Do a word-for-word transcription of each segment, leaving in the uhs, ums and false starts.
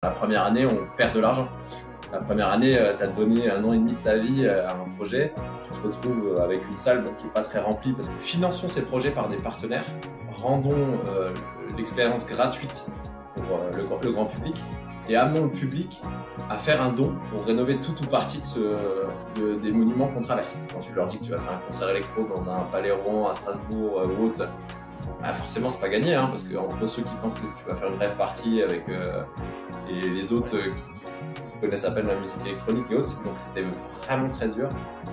la première année, on perd de l'argent. La première année, euh, tu as donné un an et demi de ta vie euh, à un projet. Tu te retrouves avec une salle bon, qui n'est pas très remplie. Parce que finançons ces projets par des partenaires. Rendons euh, l'expérience gratuite pour euh, le, le grand public. Et amenons le public à faire un don pour rénover tout ou partie de ce, de, des monuments qu'on traverse. Quand tu leur dis que tu vas faire un concert électro dans un palais Rouen à Strasbourg euh, ou autre, bah forcément c'est pas gagné, hein, parce que entre ceux qui pensent que tu vas faire une rave party avec euh, et les autres euh, qui, qui, qui connaissent à peine la musique électronique et autres, donc c'était vraiment très dur.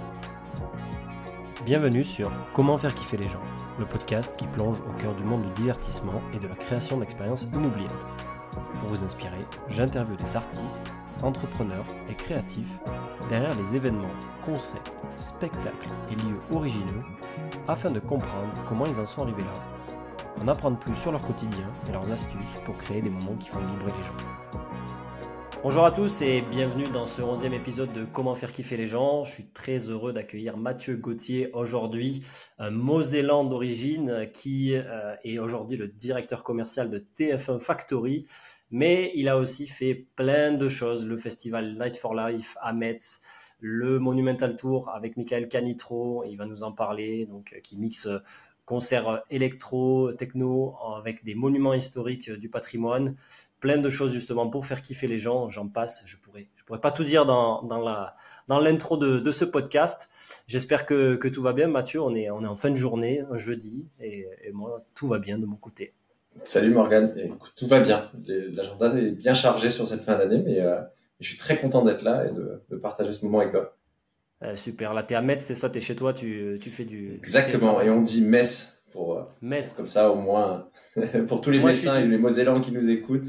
Bienvenue sur Comment faire kiffer les gens, le podcast qui plonge au cœur du monde du divertissement et de la création d'expériences inoubliables. Pour vous inspirer, j'interviewe des artistes, entrepreneurs et créatifs derrière les événements, concepts, spectacles et lieux originaux afin de comprendre comment ils en sont arrivés là, en apprendre plus sur leur quotidien et leurs astuces pour créer des moments qui font vibrer les gens. Bonjour à tous et bienvenue dans ce onzième épisode de Comment faire kiffer les gens. Je suis très heureux d'accueillir Mathieu Gauthier aujourd'hui, un Mosellan d'origine qui euh, est aujourd'hui le directeur commercial de T F un Factory. Mais il a aussi fait plein de choses, le festival Light for Life à Metz, le Monumental Tour avec Michael Canitro, il va nous en parler, donc euh, qui mixe euh, concerts électro, techno avec des monuments historiques euh, du patrimoine, plein de choses justement pour faire kiffer les gens, j'en passe, je pourrais, je pourrais pas tout dire dans, dans, la, dans l'intro de, de ce podcast. J'espère que, que tout va bien, Mathieu, on est, on est en fin de journée, un jeudi, et, et moi tout va bien de mon côté. Salut Morgane, écoute, tout va bien. L'agenda est bien chargé sur cette fin d'année, mais euh, je suis très content d'être là et de, de partager ce moment avec toi. Euh, super, là t'es à Metz, c'est ça, t'es chez toi, tu, tu fais du... Exactement, et on dit Metz, pour, Metz. pour comme ça au moins, pour tous les Moi, Messins du... et les Mosellans qui nous écoutent.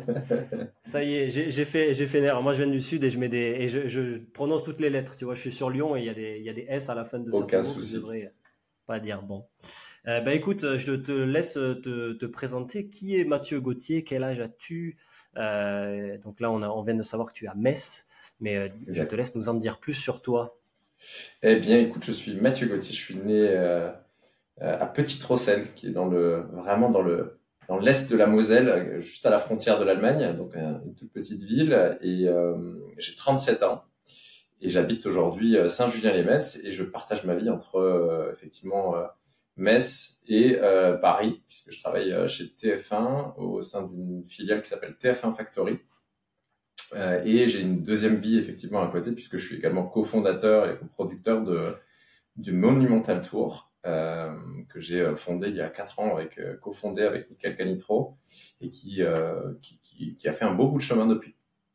Ça y est, j'ai, j'ai fait, j'ai fait nerf. Moi, je viens du sud et je mets des, et je, je prononce toutes les lettres. Tu vois, je suis sur Lyon et il y a des, il y a des S à la fin de Aucun certains mots que souci. je devrais pas dire. Bon, euh, bah écoute, je te laisse te, te présenter. Qui est Mathieu Gauthier? Quel âge as-tu? euh, Donc là, on a, on vient de savoir que tu es à Metz, mais euh, je te laisse nous en dire plus sur toi. Eh bien, écoute, je suis Mathieu Gauthier. Je suis né euh, à Petite-Rosselle, qui est dans le, vraiment dans le, dans l'est de la Moselle, juste à la frontière de l'Allemagne, donc une toute petite ville. Et euh, j'ai trente-sept ans et j'habite aujourd'hui Saint-Julien-les-Metz et je partage ma vie entre euh, effectivement euh, Metz et euh, Paris, puisque je travaille chez T F un au sein d'une filiale qui s'appelle T F un Factory. Euh, et j'ai une deuxième vie effectivement à côté, puisque je suis également cofondateur et coproducteur de, du Monumental Tour, euh, que j'ai fondé il y a quatre ans, avec, euh, cofondé avec Michael Canitro, et qui, euh, qui, qui, qui a fait un beau bout de chemin depuis.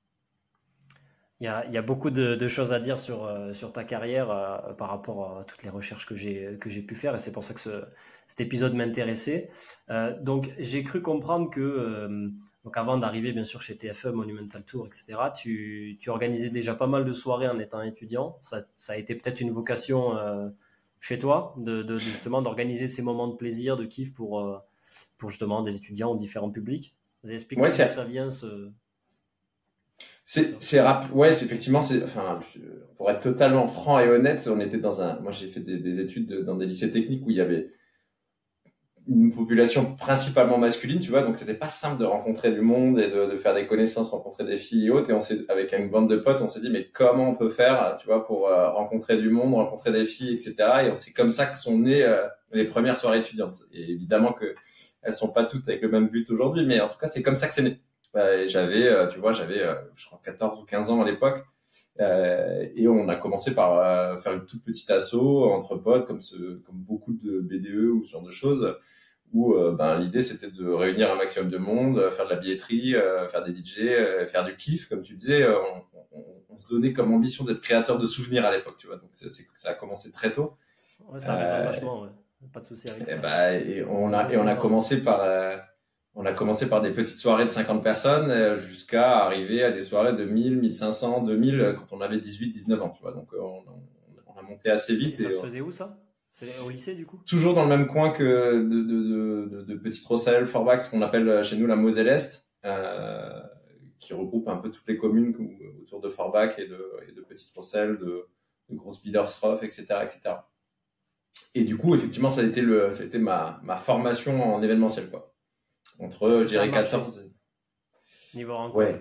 Il y a, il y a beaucoup de, de choses à dire sur, euh, sur ta carrière euh, par rapport à toutes les recherches que j'ai, que j'ai pu faire et c'est pour ça que ce, cet épisode m'intéressait. Euh, donc, j'ai cru comprendre que, euh, donc avant d'arriver bien sûr chez T F un, Monumental Tour, et cetera, tu, tu organisais déjà pas mal de soirées en étant étudiant. Ça, ça a été peut-être une vocation euh, chez toi de, de, justement d'organiser ces moments de plaisir, de kiff pour, euh, pour justement des étudiants ou différents publics. Explique-nous Ouais, d'où ça vient ce... C'est, c'est rap, ouais, c'est effectivement, c'est, enfin, pour être totalement franc et honnête, on était dans un, moi j'ai fait des, des études de, dans des lycées techniques où il y avait une population principalement masculine, tu vois, donc c'était pas simple de rencontrer du monde et de, de faire des connaissances, rencontrer des filles et autres, et on s'est, avec une bande de potes, on s'est dit, mais comment on peut faire, tu vois, pour euh, rencontrer du monde, rencontrer des filles, et cetera. Et c'est comme ça que sont nées euh, les premières soirées étudiantes. Et évidemment que elles sont pas toutes avec le même but aujourd'hui, mais en tout cas, c'est comme ça que c'est né. Euh, j'avais, euh, tu vois, j'avais, euh, je crois, quatorze ou quinze ans à l'époque. Euh, et on a commencé par euh, faire une toute petite asso entre potes, comme, ce, comme beaucoup de B D E ou ce genre de choses, où euh, ben, l'idée c'était de réunir un maximum de monde, faire de la billetterie, euh, faire des D J, euh, faire du kiff, comme tu disais. Euh, on, on, on se donnait comme ambition d'être créateur de souvenirs à l'époque, tu vois. Donc c'est, c'est, ça a commencé très tôt. Ouais, ça résonne euh, vachement, ouais. Pas de souci avec et ça. Bah, et on a, et on a commencé par... Euh, On a commencé par des petites soirées de cinquante personnes jusqu'à arriver à des soirées de mille, mille cinq cents, deux mille quand on avait dix-huit, dix-neuf ans, tu vois. Donc, on, on a monté assez vite. Ça et se faisait où, ça? C'est au lycée, du coup? Toujours dans le même coin que de, de, de, de, de Petite-Rosselle, Forbach, ce qu'on appelle chez nous la Moselle-Est, euh, qui regroupe un peu toutes les communes autour de Forbach et de, et de Petite-Rosselle, de, de Grosse-Biedershof, et cetera, et cetera. Et du coup, effectivement, ça a été, le, ça a été ma, ma formation en événementiel, quoi. Entre, je dirais, quatorze... Niveau rencontre. Ouais.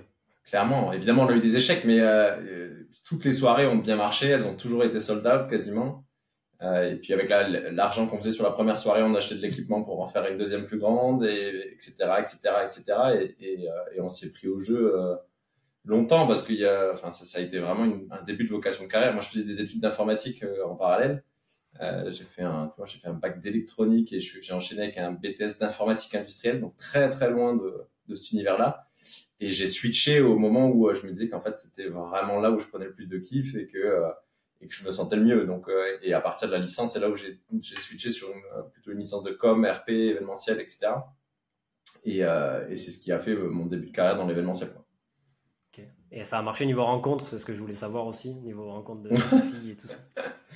clairement. Évidemment, on a eu des échecs, mais euh, toutes les soirées ont bien marché. Elles ont toujours été sold out quasiment. Euh, et puis avec la, l'argent qu'on faisait sur la première soirée, on achetait de l'équipement pour en faire une deuxième plus grande, et etc., etc., et cetera. Et, et, euh, et on s'est pris au jeu euh, longtemps parce qu'il y a, enfin, ça, ça a été vraiment une, un début de vocation de carrière. Moi, je faisais des études d'informatique euh, en parallèle. Euh, j'ai fait un, tu vois, j'ai fait un bac d'électronique et je, j'ai enchaîné avec un B T S d'informatique industrielle, donc très très loin de, de cet univers-là. Et j'ai switché au moment où euh, je me disais qu'en fait c'était vraiment là où je prenais le plus de kiff et que euh, et que je me sentais le mieux. Donc euh, et à partir de la licence, c'est là où j'ai j'ai switché sur une, euh, plutôt une licence de com, R P, événementiel, et cetera. Et, euh, et c'est ce qui a fait euh, mon début de carrière dans l'événementiel, quoi. Ok. Et ça a marché niveau rencontre, c'est ce que je voulais savoir aussi, niveau rencontre de, de filles et tout ça.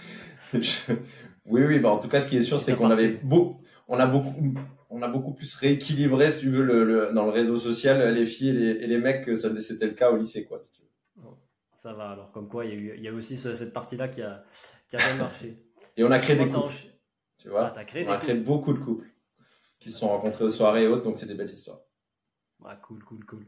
Je- Oui, oui, bah en tout cas, ce qui est sûr, Et c'est t'as qu'on avait parté. beau, on a beaucoup, on a beaucoup plus rééquilibré, si tu veux, le, le- dans le réseau social, les filles et les, et les mecs que ça, c'était le cas au lycée, quoi, si tu veux. Bon, ça va alors, comme quoi il y a eu, il y a aussi ce- cette partie-là qui a, qui a bien marché. Et on a Et créé des comment t'as couples, enchaîné? tu Ah, vois. t'as créé On des a créé couples. beaucoup de couples qui se Ah, sont ça, c'est, rencontrés aux c'est soirées cool. et autres, donc c'est des belles histoires. Ah, cool, cool, cool.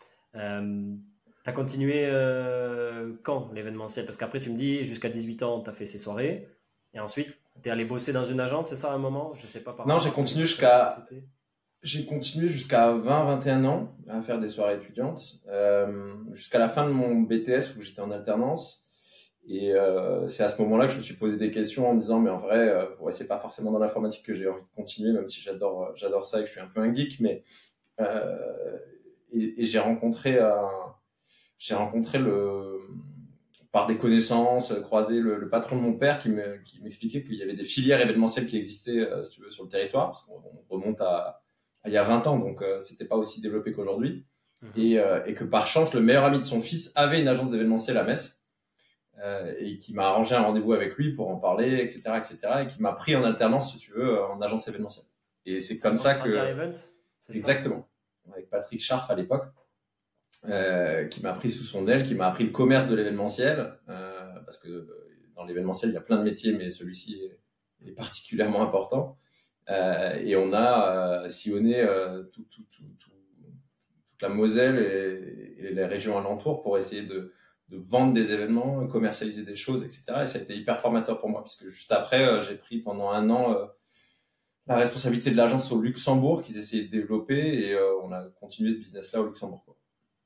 Euh, t'as continué euh, quand l'événementiel? Parce qu'après, tu me dis, jusqu'à dix-huit ans, t'as fait ces soirées. Et ensuite, t'es allé bosser dans une agence, c'est ça à un moment? Je sais pas par Non, rapport j'ai à ton continué expérience ce que jusqu'à, c'était. j'ai continué jusqu'à vingt, vingt et un ans à faire des soirées étudiantes, euh, jusqu'à la fin de mon B T S où j'étais en alternance. Et euh, c'est à ce moment-là que je me suis posé des questions en me disant, mais en vrai, euh, ouais, c'est pas forcément dans l'informatique que j'ai envie de continuer, même si j'adore, j'adore ça et que je suis un peu un geek, mais euh, et, et j'ai rencontré, un, j'ai rencontré le, par des connaissances, croisé le, le patron de mon père qui me, qui m'expliquait qu'il y avait des filières événementielles qui existaient, euh, si tu veux, sur le territoire, parce qu'on on remonte à, à il y a vingt ans, donc euh, c'était pas aussi développé qu'aujourd'hui, Mhm. et, euh, et que par chance, le meilleur ami de son fils avait une agence d'événementiel à Metz, euh, et qui m'a arrangé un rendez-vous avec lui pour en parler, et cetera, et cetera, et qui m'a pris en alternance, si tu veux, en agence événementielle. Et c'est C'est comme ça Australia que, Event, c'est ça? exactement, avec Patrick Scharf à l'époque, euh, qui m'a pris sous son aile, qui m'a appris le commerce de l'événementiel, euh, parce que dans l'événementiel, il y a plein de métiers, mais celui-ci est, est particulièrement important. Euh, et on a euh, sillonné euh, tout, tout, tout, tout, toute la Moselle et, et les régions alentours pour essayer de, de vendre des événements, commercialiser des choses, et cetera. Et ça a été hyper formateur pour moi, puisque juste après, euh, j'ai pris pendant un an euh, la responsabilité de l'agence au Luxembourg qu'ils essayaient de développer, et euh, on a continué ce business-là au Luxembourg, quoi.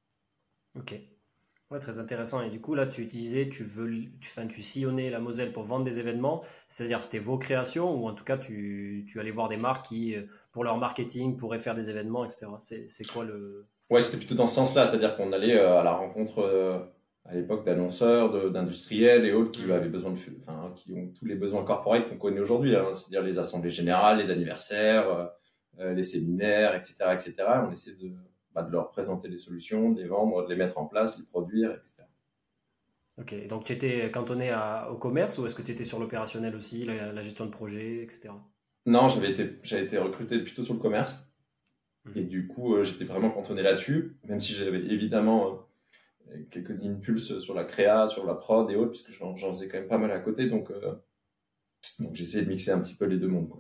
Ok. Ouais, très intéressant. Et du coup, là, tu disais, tu veux, tu, enfin, tu sillonnais la Moselle pour vendre des événements. C'est-à-dire, c'était vos créations ou en tout cas, tu, tu allais voir des marques qui, euh, pour leur marketing, pourraient faire des événements, et cetera. C'est, c'est quoi le, c'était Ouais, quoi le c'était plutôt dans ce business? sens-là, c'est-à-dire qu'on allait euh, à la rencontre euh, à l'époque d'annonceurs, de- d'industriels et autres qui Hmm. avaient besoin de, enfin, qui ont tous les besoins corporate qu'on connaît aujourd'hui, hein, c'est-à-dire les assemblées générales, les anniversaires, euh, euh, les séminaires, et cetera, et cetera. On essaie de, bah, de leur présenter des solutions, de les vendre, de les mettre en place, de les produire, et cetera. Ok. Et donc, tu étais cantonné à- au commerce ou est-ce que tu étais sur l'opérationnel aussi, la, la gestion de projet, et cetera. Non, j'avais été, j'avais été recruté plutôt sur le commerce et Mhm. du coup, euh, j'étais vraiment cantonné là-dessus, même si j'avais évidemment euh, quelques impulses sur la créa, sur la prod et autres, puisque j'en j'en faisais quand même pas mal à côté, donc euh, Donc j'essaie de mixer un petit peu les deux mondes, quoi.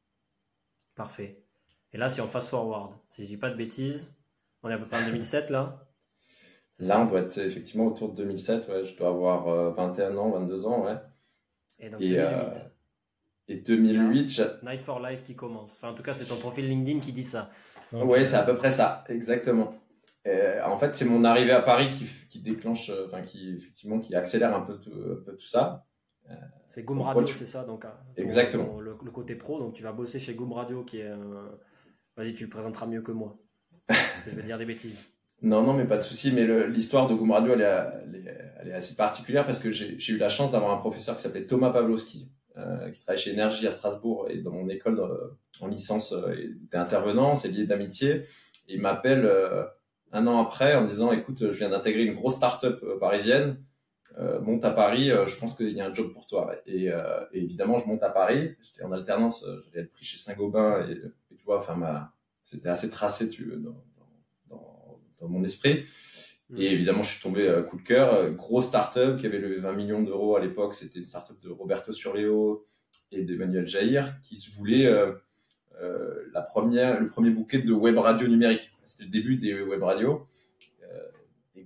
Parfait. Et là, si on fast forward, si je dis pas de bêtises, on est à peu près en deux mille sept là, c'est Là, on ça? doit être effectivement autour de deux mille sept, ouais, je dois avoir euh, vingt et un ans, vingt-deux ans, ouais. Et donc Et, euh, deux mille huit. et Il y a deux mille huit, j'a- Night for Life qui commence. Enfin, en tout cas, c'est ton profil LinkedIn qui dit ça. Donc, ouais, c'est à euh, peu près ça, exactement. Et, en fait, c'est mon arrivée à Paris qui, f- qui déclenche, euh, enfin, qui effectivement, qui accélère un peu tout, un peu tout ça. Euh, c'est Goom Comme quoi, Radio, tu... c'est ça, donc hein, ton, Exactement. ton- le, le côté pro. Donc, tu vas bosser chez Goom Radio, qui est un... Vas-y, tu le présenteras mieux que moi, parce que je vais dire des bêtises. Non, non, mais pas de souci. Mais le- l'histoire de Goom Radio, elle est, elle est, elle est assez particulière parce que j'ai j'ai eu la chance d'avoir un professeur qui s'appelait Thomas Pawlowski, euh, qui travaille chez Énergie à Strasbourg et dans mon école euh, en licence, euh, il était intervenant, c'est lié d'amitié. Et il m'appelle euh, un an après en me disant, écoute, je viens d'intégrer une grosse start-up euh, parisienne, euh, monte à Paris, euh, je pense qu'il y a un job pour toi. Et, euh, et évidemment, je monte à Paris, j'étais en alternance, euh, j'allais être pris chez Saint-Gobain et, et tu vois, enfin, ma, c'était assez tracé, tu veux, dans, dans, dans mon esprit. Et Mhm. évidemment, je suis tombé euh, coup de cœur. Euh, Grosse start-up qui avait levé vingt millions d'euros à l'époque. C'était une start-up de Roberto Surleo et d'Emmanuel Jair qui se voulait euh, euh, la première, le premier bouquet de web radio numérique. C'était le début des web radios. Euh,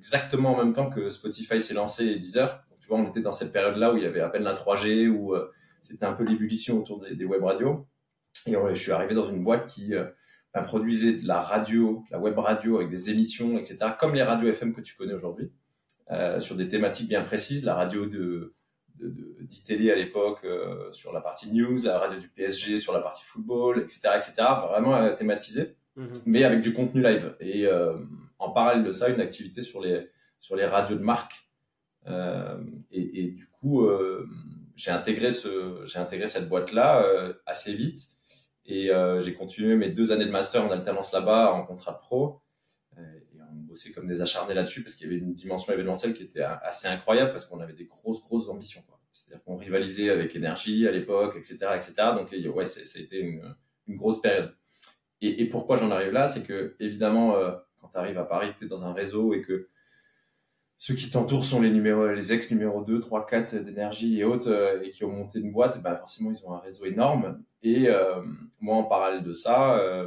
exactement en même temps que Spotify s'est lancé et Deezer. Donc, tu vois, on était dans cette période-là où il y avait à peine la trois G, où euh, c'était un peu l'ébullition autour des, des web radios. Et ouais, je suis arrivé dans une boîte qui euh, ben, produisait de la radio, de la web radio avec des émissions, et cetera, comme les radios F M que tu connais aujourd'hui, euh, sur des thématiques bien précises. La radio de, de, de d'I-Télé à l'époque euh, sur la partie news, la radio du P S G sur la partie football, et cetera, et cetera. Vraiment euh, thématisé, mm-hmm. mais avec du contenu live. Et euh, en parallèle de ça, une activité sur les sur les radios de marque. Euh, et, et du coup, euh, j'ai intégré ce, j'ai intégré cette boîte-là euh, assez vite. Et euh, j'ai continué mes deux années de master en alternance là-bas, en contrat pro. Euh, et on bossait comme des acharnés là-dessus parce qu'il y avait une dimension événementielle qui était assez incroyable parce qu'on avait des grosses, grosses ambitions, quoi. C'est-à-dire qu'on rivalisait avec Énergie à l'époque, et cetera, et cetera. Donc, ouais, c'est, ça a été une, une grosse période. Et, et pourquoi j'en arrive là, c'est que, évidemment, euh, quand tu arrives à Paris, tu es dans un réseau et que ceux qui t'entourent sont les numéros, les ex numéro deux, trois, quatre d'Énergie et autres, euh, et qui ont monté une boîte, bah forcément, ils ont un réseau énorme. Et euh, moi, en parallèle de ça, euh,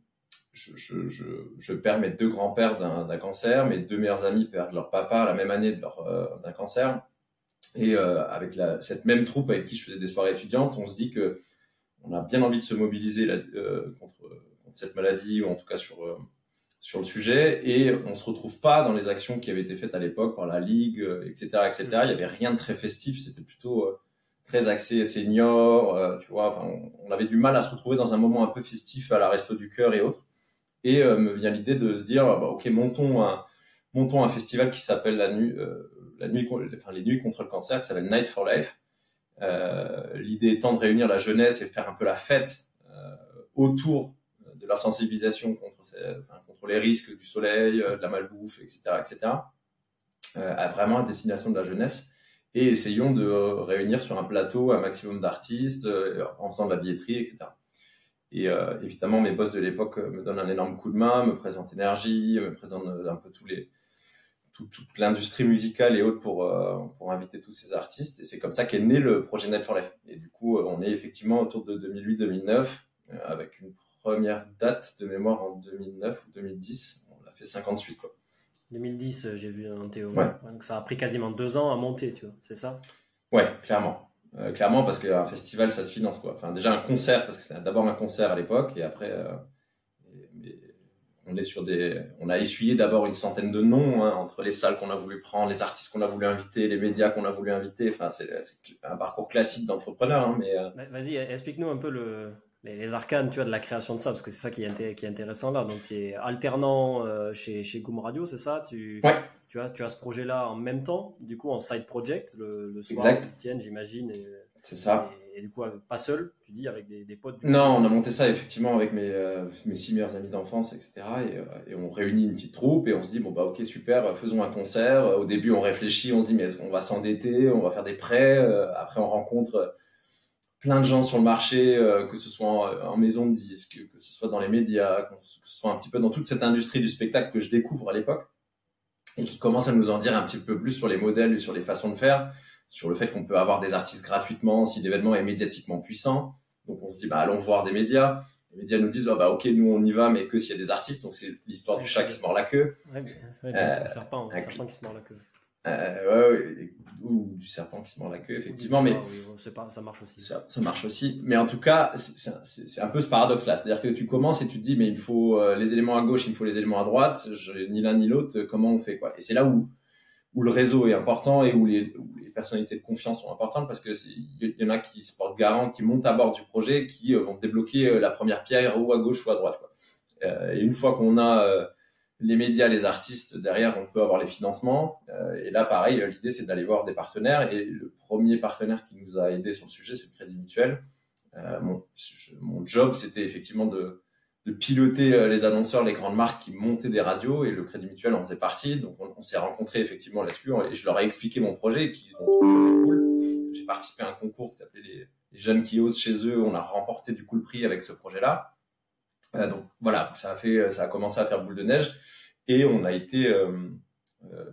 je, je, je, je perds mes deux grands-pères d'un, d'un cancer, mes deux meilleurs amis perdent leur papa la même année de leur, euh, d'un cancer. Et euh, avec la, cette même troupe avec qui je faisais des soirées étudiantes, on se dit que on a bien envie de se mobiliser là, euh, contre, contre cette maladie, ou en tout cas sur... Euh, sur le sujet, et on se retrouve pas dans les actions qui avaient été faites à l'époque par la Ligue, et cetera, et cetera. Il y avait rien de très festif, c'était plutôt euh, très axé senior, euh, tu vois. Enfin, on, on avait du mal à se retrouver dans un moment un peu festif à la Resto du Cœur et autres. Et euh, me vient l'idée de se dire, bah, ok, montons un, montons un festival qui s'appelle la nuit, euh, la nuit, enfin les Nuits contre le cancer, qui s'appelle Night for Life. Euh, l'idée étant de réunir la jeunesse et faire un peu la fête euh, autour de la sensibilisation contre, ces, enfin, contre les risques du soleil, de la malbouffe, et cetera, et cetera, euh, à vraiment à destination de la jeunesse. Et essayons de réunir sur un plateau un maximum d'artistes euh, en faisant de la billetterie, et cetera. Et euh, évidemment, mes boss de l'époque me donnent un énorme coup de main, me présentent Énergie, me présentent un peu tous les, tout, toute l'industrie musicale et autres pour, euh, pour inviter tous ces artistes. Et c'est comme ça qu'est né le projet Night for Life. Et du coup, on est effectivement autour de deux mille huit deux mille neuf, euh, avec une première date de mémoire en deux mille neuf ou deux mille dix. On l'a fait cinquante-huit, quoi. deux mille dix, j'ai vu un Théo. Ouais. Donc ça a pris quasiment deux ans à monter, tu vois, c'est ça? Ouais, clairement. Euh, clairement, parce qu'un festival, ça se finance, quoi. Enfin, déjà un concert, parce que c'était d'abord un concert à l'époque, et après, euh, et, et on est sur des, on a essuyé d'abord une centaine de noms, hein, entre les salles qu'on a voulu prendre, les artistes qu'on a voulu inviter, les médias qu'on a voulu inviter. Enfin, c'est, c'est un parcours classique d'entrepreneur, hein, mais. Euh... Vas-y, explique-nous un peu le. Les, les arcanes, tu vois, de la création de ça, parce que c'est ça qui est, inté- qui est intéressant là. Donc, tu es alternant euh, chez, chez Goom Radio, c'est ça? tu, ouais. tu, as, tu as ce projet-là en même temps, du coup, en side project, le, le soir, exact. tu tiennes, j'imagine. Et, c'est ça. Et, et du coup, pas seul, tu dis, avec des, des potes. Du non, coup. On a monté ça effectivement avec mes, euh, mes six meilleurs amis d'enfance, et cetera. Et, euh, et on réunit une petite troupe et on se dit, bon, bah, ok, super, faisons un concert. Au début, on réfléchit, on se dit, mais est-ce qu'on va s'endetter? On va faire des prêts? Après, on rencontre plein de gens sur le marché, euh, que ce soit en, en maison de disques, que ce soit dans les médias, que ce soit un petit peu dans toute cette industrie du spectacle que je découvre à l'époque et qui commence à nous en dire un petit peu plus sur les modèles et sur les façons de faire, sur le fait qu'on peut avoir des artistes gratuitement si l'événement est médiatiquement puissant. Donc on se dit, bah, allons voir des médias. Les médias nous disent, oh, bah, ok, nous on y va, mais que s'il y a des artistes. Donc c'est l'histoire du chat qui se mord la queue. Ouais, ouais, euh, le serpent, le serpent qui se mord la queue. Euh, ouais, ouais, ou du serpent qui se mord la queue, effectivement, mais oui, c'est pas, ça marche aussi. Ça, ça marche aussi, mais en tout cas, c'est, c'est, c'est un peu ce paradoxe-là, c'est-à-dire que tu commences et tu te dis, mais il me faut euh, les éléments à gauche, il me faut les éléments à droite, je, ni l'un ni l'autre, comment on fait, quoi. Et c'est là où où le réseau est important et où les, où les personnalités de confiance sont importantes, parce que il y en a qui se portent garant, qui montent à bord du projet, qui euh, vont débloquer euh, la première pierre ou à gauche ou à droite, quoi. Euh, et une fois qu'on a euh, les médias, les artistes, derrière, on peut avoir les financements. Euh, et là, pareil, l'idée, c'est d'aller voir des partenaires. Et le premier partenaire qui nous a aidé sur le sujet, c'est le Crédit Mutuel. Euh, mon, je, mon job, c'était effectivement de, de piloter les annonceurs, les grandes marques qui montaient des radios. Et le Crédit Mutuel en faisait partie. Donc, on, on s'est rencontrés effectivement là-dessus. Et je leur ai expliqué mon projet et qu'ils ont trouvé cool. J'ai participé à un concours qui s'appelait les, les Jeunes qui osent chez eux. On a remporté du coup le prix avec ce projet-là. Euh, donc voilà, ça a fait, ça a commencé à faire boule de neige et on a été, euh, euh,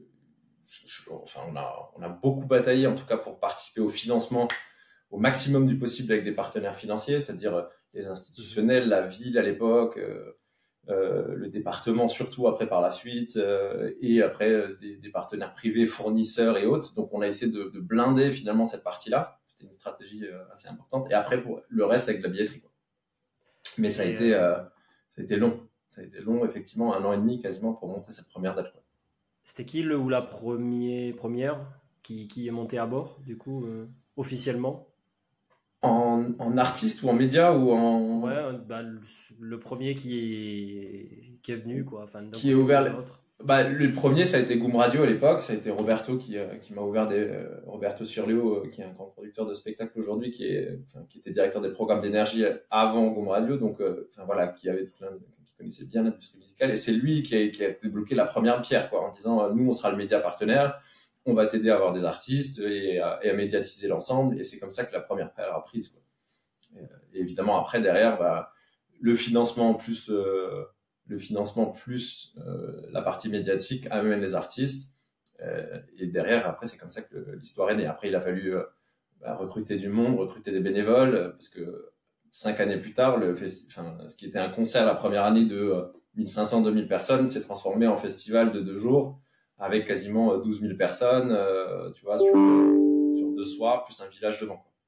je, enfin on a, on a beaucoup bataillé en tout cas pour participer au financement au maximum du possible avec des partenaires financiers, c'est-à-dire les institutionnels, la ville à l'époque, euh, euh, le département surtout après par la suite, euh, et après euh, des, des partenaires privés, fournisseurs et autres. Donc on a essayé de, de blinder finalement cette partie-là. C'était une stratégie euh, assez importante. Et après pour le reste avec de la billetterie, quoi. Mais ça a Et, été, euh, euh, ça a été long. Ça a été long, effectivement, un an et demi quasiment pour monter cette première date, quoi. C'était qui le ou la premier, première qui, qui est montée à bord, du coup, euh, officiellement? En, en artiste ou en média ou Ouais, en euh, bah, le, le premier qui est, qui est venu, quoi, enfin, d'un qui est côté ou de ouvert. l'autre. Bah, le premier, ça a été Goom Radio à l'époque. Ça a été Roberto qui, euh, qui m'a ouvert des. euh, Roberto Surleo, euh, qui est un grand producteur de spectacle aujourd'hui, qui, est, enfin, qui était directeur des programmes d'énergie avant Goom Radio. Donc, euh, enfin, voilà, qui, avait tout plein de- qui connaissait bien l'industrie musicale. Et c'est lui qui a, qui a débloqué la première pierre, quoi, en disant euh, nous, on sera le média partenaire. On va t'aider à avoir des artistes et à, et à médiatiser l'ensemble. Et c'est comme ça que la première pierre a prise, quoi. Et, euh, et évidemment, après, derrière, bah, le financement en plus. Euh, le financement plus euh, la partie médiatique amène les artistes. Euh, et derrière, après, c'est comme ça que l'histoire est née. Après, il a fallu euh, bah, recruter du monde, recruter des bénévoles, euh, parce que cinq années plus tard, le festi- enfin, ce qui était un concert la première année de euh, mille cinq cents à deux mille personnes s'est transformé en festival de deux jours avec quasiment euh, douze mille personnes, euh, tu vois, sur, sur deux soirs, plus un village devant, quoi.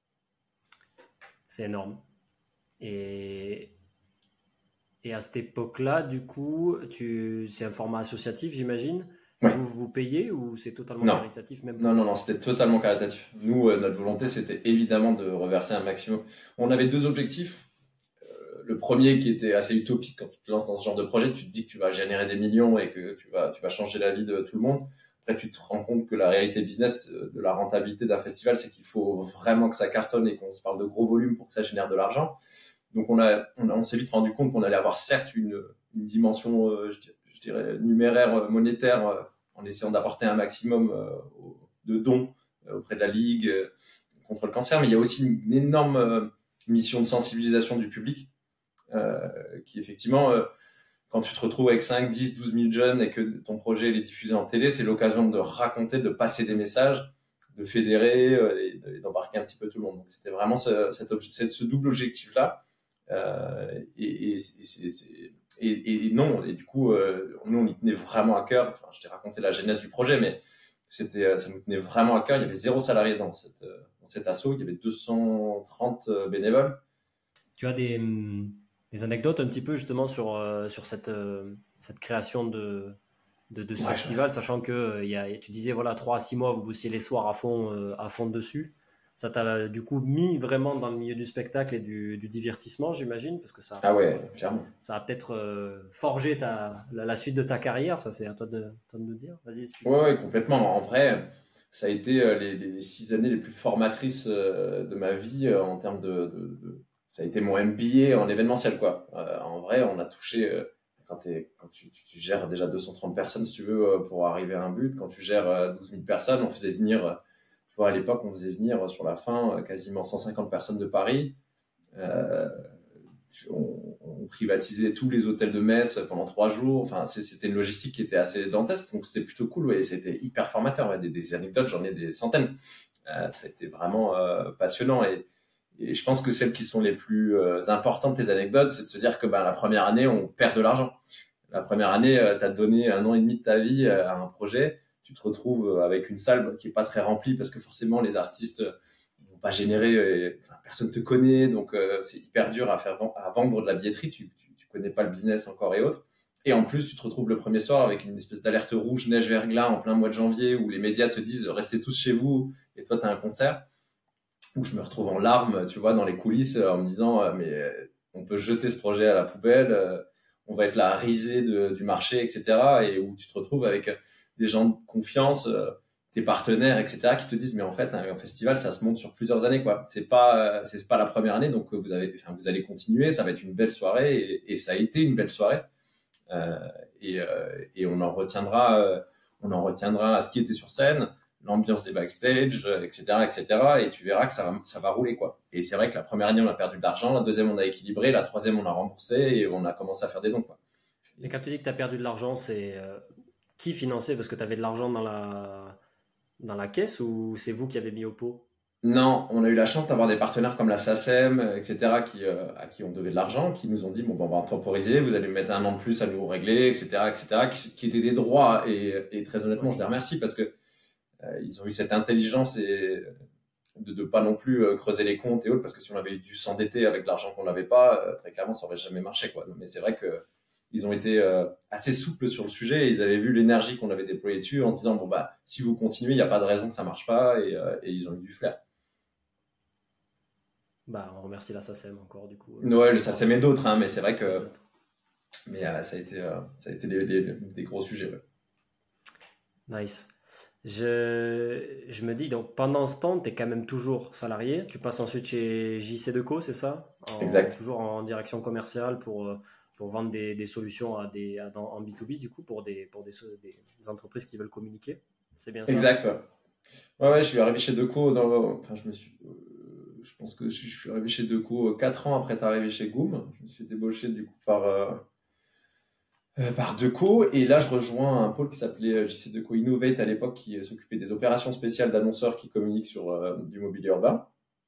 C'est énorme. Et, et à cette époque-là, du coup, tu, c'est un format associatif, j'imagine. Ouais. Vous vous payez ou c'est totalement Non, caritatif, même non, pour non, eux? non, c'était totalement caritatif. Nous, euh, notre volonté, c'était évidemment de reverser un maximum. On avait deux objectifs. Le premier qui était assez utopique quand tu te lances dans ce genre de projet, tu te dis que tu vas générer des millions et que tu vas, tu vas changer la vie de tout le monde. Après, tu te rends compte que la réalité business de la rentabilité d'un festival, c'est qu'il faut vraiment que ça cartonne et qu'on se parle de gros volumes pour que ça génère de l'argent. Donc, on a, on, a, on s'est vite rendu compte qu'on allait avoir certes une, une dimension, euh, je, dirais, je dirais, numéraire, euh, monétaire, euh, en essayant d'apporter un maximum euh, de dons euh, auprès de la Ligue euh, contre le cancer, mais il y a aussi une, une énorme euh, mission de sensibilisation du public. Euh, qui effectivement, euh, quand tu te retrouves avec cinq, dix, douze mille jeunes et que ton projet est diffusé en télé, c'est l'occasion de raconter, de passer des messages, de fédérer euh, et, et d'embarquer un petit peu tout le monde. Donc c'était vraiment ce, cet obje- ce double objectif-là. Euh, et, et, c'est, c'est, et, et non, et du coup, euh, nous, on y tenait vraiment à cœur. Enfin, je t'ai raconté la genèse du projet, mais c'était, ça nous tenait vraiment à cœur. Il y avait zéro salarié dans, cette, dans cet asso. Il y avait deux cent trente bénévoles. Tu as des, hum, des anecdotes un petit peu justement sur, euh, sur cette, euh, cette création de, de, de ce Ouais, je- festival, sachant que euh, il y a, tu disais voilà trois à six mois vous bossiez les soirs à fond, euh, à fond dessus. Ça t'a du coup mis vraiment dans le milieu du spectacle et du, du divertissement, j'imagine, parce que ça a Ah peut-être, ouais, euh, clairement. ça a peut-être euh, forgé ta, la, la suite de ta carrière. Ça, c'est à toi de, toi de nous dire. Vas-y, Ouais, explique-nous. ouais, complètement. En vrai, ça a été euh, les, les six années les plus formatrices euh, de ma vie euh, en termes de, de- de- Ça a été mon M B A en événementiel, quoi. Euh, en vrai, on a touché... euh, quand, t'es- quand tu, tu- tu gères déjà deux cent trente personnes, si tu veux, euh, pour arriver à un but, quand tu gères euh, douze mille personnes, on faisait venir... euh, tu vois, à l'époque, on faisait venir euh, sur la fin euh, quasiment cent cinquante personnes de Paris. Euh, on, on privatisait tous les hôtels de Metz pendant trois jours. Enfin, c'était une logistique qui était assez dantesque, donc c'était plutôt cool. Ouais, et c'était hyper formateur. Ouais, des, des anecdotes, j'en ai des centaines. Euh, ça a été vraiment euh, passionnant. Et, et je pense que celles qui sont les plus euh, importantes, les anecdotes, c'est de se dire que ben, la première année, on perd de l'argent. La première année, euh, tu as donné un an et demi de ta vie euh, à un projet. Tu te retrouves avec une salle qui est pas très remplie parce que forcément, les artistes vont pas générer, euh, enfin, personne te connaît, donc euh, c'est hyper dur à faire à vendre de la billetterie. Tu, tu, tu connais pas le business encore et autres. Et en plus, tu te retrouves le premier soir avec une espèce d'alerte rouge neige verglas en plein mois de janvier où les médias te disent restez tous chez vous et toi tu as un concert où je me retrouve en larmes, tu vois, dans les coulisses en me disant euh, mais euh, on peut jeter ce projet à la poubelle, euh, on va être la risée de, du marché, et cetera. Et où tu te retrouves avec des gens de confiance, euh, tes partenaires, et cetera, qui te disent mais en fait un, un festival ça se monte sur plusieurs années, quoi. C'est pas euh, c'est pas la première année, donc vous avez, enfin vous allez continuer, ça va être une belle soirée et, et ça a été une belle soirée. Euh, et, euh, et on en retiendra, euh, on en retiendra ce qui était sur scène, l'ambiance des backstage, euh, et cetera, et cetera. Et tu verras que ça va, ça va rouler, quoi. Et c'est vrai que la première année, on a perdu de l'argent, la deuxième, on a équilibré, la troisième, on a remboursé et on a commencé à faire des dons, quoi. Et quand tu dis que tu as perdu de l'argent, c'est euh, qui finançait? Parce que tu avais de l'argent dans la, dans la caisse ou c'est vous qui avez mis au pot? Non, on a eu la chance d'avoir des partenaires comme la SACEM, euh, et cetera, qui, euh, à qui on devait de l'argent, qui nous ont dit, bon, ben, on va temporiser, vous allez mettre un an de plus à nous régler, et cetera, et cetera, qui, qui étaient des droits. Et, et très honnêtement, Ouais. je les remercie parce que euh, ils ont eu cette intelligence et de ne pas non plus euh, creuser les comptes et autres, parce que si on avait dû s'endetter avec de l'argent qu'on n'avait pas, euh, très clairement, ça aurait jamais marché, quoi. Mais c'est vrai que ils ont été euh, assez souples sur le sujet et ils avaient vu l'énergie qu'on avait déployée dessus en se disant, bon, bah, si vous continuez, il n'y a pas de raison que ça marche pas, et, euh, et ils ont eu du flair. Bah, on remercie la SACEM encore, du coup, euh, Ouais, le pour SACEM et d'autres, hein, mais c'est vrai et que d'autres. mais euh, ça a été, euh, ça a été les, les- des gros sujets. Ouais. Nice. Je, je me dis, donc pendant ce temps, tu es quand même toujours salarié. Tu passes ensuite chez J C Deco, c'est ça? En, Exact. toujours en direction commerciale pour, euh, pour vendre des, des solutions à des, à- dans- en B deux B, du coup, pour des, pour des, so- des entreprises qui veulent communiquer. C'est bien ça? Exact, ouais. Ouais, ouais, je suis arrivé chez Deco dans, enfin, je me suis, euh, je pense que je suis je suis arrivé chez Deco euh, quatre ans après être arrivé chez Goom. Je me suis débauché du coup par, euh, euh, par Deco et là je rejoins un pôle qui s'appelait euh, J C Deco Innovate à l'époque qui euh, s'occupait des opérations spéciales d'annonceurs qui communiquent sur euh, du mobilier urbain.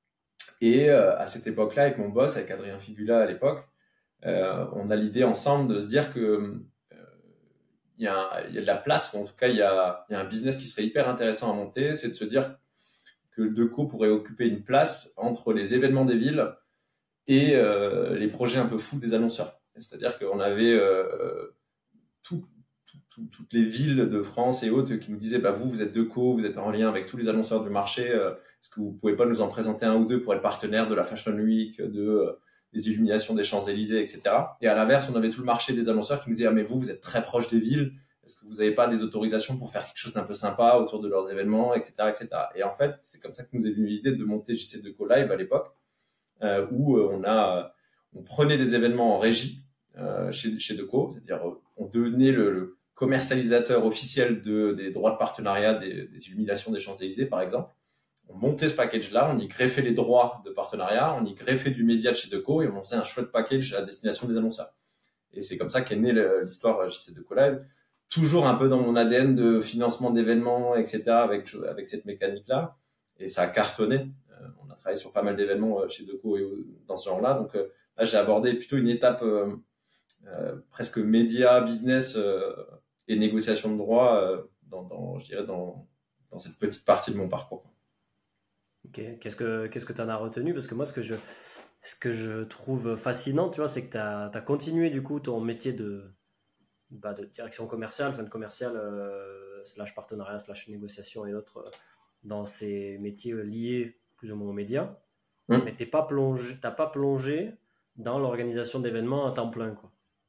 Et euh, à cette époque-là, avec mon boss, avec Adrien Figula à l'époque, euh, on a l'idée ensemble de se dire que euh, il y, a un- il y a de la place, ou en tout cas il y a, il y a un business qui serait hyper intéressant à monter, c'est de se dire que le Deco pourrait occuper une place entre les événements des villes et euh, les projets un peu fous des annonceurs. C'est-à-dire qu'on avait euh, tout, tout, tout, toutes les villes de France et autres qui nous disaient bah, vous, vous êtes Deco, vous êtes en lien avec tous les annonceurs du marché, euh, est-ce que vous pouvez pas nous en présenter un ou deux pour être partenaire de la Fashion Week, de euh, des illuminations des Champs-Élysées, et cetera. Et à l'inverse, on avait tout le marché des annonceurs qui nous disaient ah, mais vous, vous êtes très proche des villes, est-ce que vous n'avez pas des autorisations pour faire quelque chose d'un peu sympa autour de leurs événements, et cetera, et cetera. Et en fait, c'est comme ça que nous est venue l'idée de monter J C Deco Live à l'époque, euh, où euh, on a, on prenait des événements en régie euh, chez, chez Deco, c'est-à-dire euh, on devenait le, le commercialisateur officiel de, des droits de partenariat des, des illuminations des Champs-Élysées, par exemple. On montait ce package-là, on y greffait les droits de partenariat, on y greffait du média de chez Deco et on faisait un chouette package à destination des annonceurs. Et c'est comme ça qu'est née le- l'histoire J C Deco Live. Toujours un peu dans mon A D N de financement d'événements, et cetera, avec, avec cette mécanique-là. Et ça a cartonné. Euh, on a travaillé sur pas mal d'événements euh, chez Deco et euh, dans ce genre-là. Donc euh, là, j'ai abordé plutôt une étape euh, euh, presque média, business euh, et négociation de droits euh, dans, dans, je dirais, dans, dans cette petite partie de mon parcours. Ok. Qu'est-ce que, qu'est-ce que tu en as retenu? Parce que moi, ce que je, ce que je trouve fascinant, tu vois, c'est que tu as continué, du coup, ton métier de, bah, de direction commerciale, fin de commerciale, euh, slash partenariat, slash négociation et autres, euh, dans ces métiers euh, liés plus ou moins aux médias. Hum. Mais t'es pas plongé, t'as pas plongé dans l'organisation d'événements à temps plein, quoi.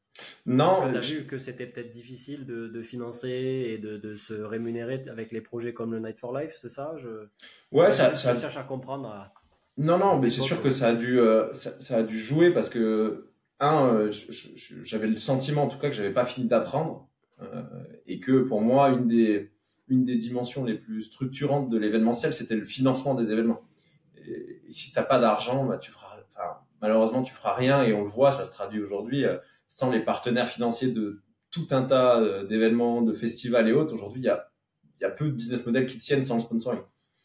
Parce que Non, tu as je- vu que c'était peut-être difficile de, de financer et de, de se rémunérer avec les projets comme le Night for Life, c'est ça? Je, ouais, je, ça, je ça, cherche à comprendre à, non, à non, cette mais c'est époque. sûr que euh, ça a dû, euh, ça, ça a dû jouer parce que, un, euh, je- je- je- j'avais le sentiment en tout cas que j'avais pas fini d'apprendre euh, et que pour moi, une des, une des dimensions les plus structurantes de l'événementiel, c'était le financement des événements. Et, et si t'as pas d'argent, bah, tu feras, enfin, malheureusement, tu feras rien et on le voit, ça se traduit aujourd'hui, euh, sans les partenaires financiers de tout un tas euh, d'événements, de festivals et autres. Aujourd'hui, il y a, il y a peu de business models qui tiennent sans le sponsoring.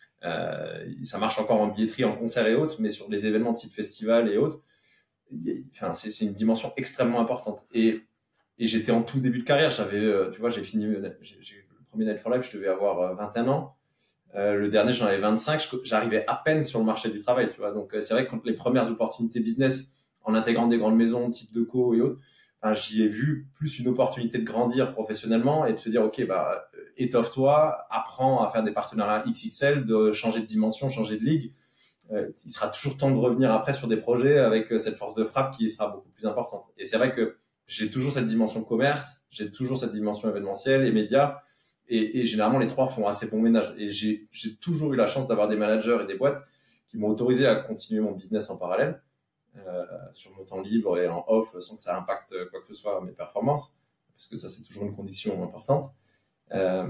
Euh, ça marche encore en billetterie, en concert et autres, mais sur des événements type festival et autres, y a- enfin, c'est, c'est une dimension extrêmement importante. Et, et j'étais en tout début de carrière. J'avais, euh, tu vois, j'ai fini, j'ai, j'ai, le premier Night for Life, je devais avoir euh, vingt et un ans. Euh, le dernier, j'en avais vingt-cinq. Je- J'arrivais à peine sur le marché du travail, tu vois. Donc, euh, c'est vrai que quand les premières opportunités business, en intégrant des grandes maisons, type Deco et autres, enfin, j'y ai vu plus une opportunité de grandir professionnellement et de se dire, OK, bah, euh, étoffe-toi, apprends à faire des partenariats X X L, de changer de dimension, changer de ligue. Euh, il sera toujours temps de revenir après sur des projets avec euh, cette force de frappe qui sera beaucoup plus importante. Et c'est vrai que j'ai toujours cette dimension commerce, j'ai toujours cette dimension événementielle et médias. Et, et généralement, les trois font assez bon ménage. Et j'ai, j'ai toujours eu la chance d'avoir des managers et des boîtes qui m'ont autorisé à continuer mon business en parallèle, euh, sur mon temps libre et en off, sans que ça impacte quoi que ce soit à mes performances, parce que ça, c'est toujours une condition importante. Euh,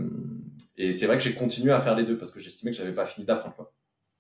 et c'est vrai que j'ai continué à faire les deux parce que j'estimais que j'avais pas fini d'apprendre, quoi.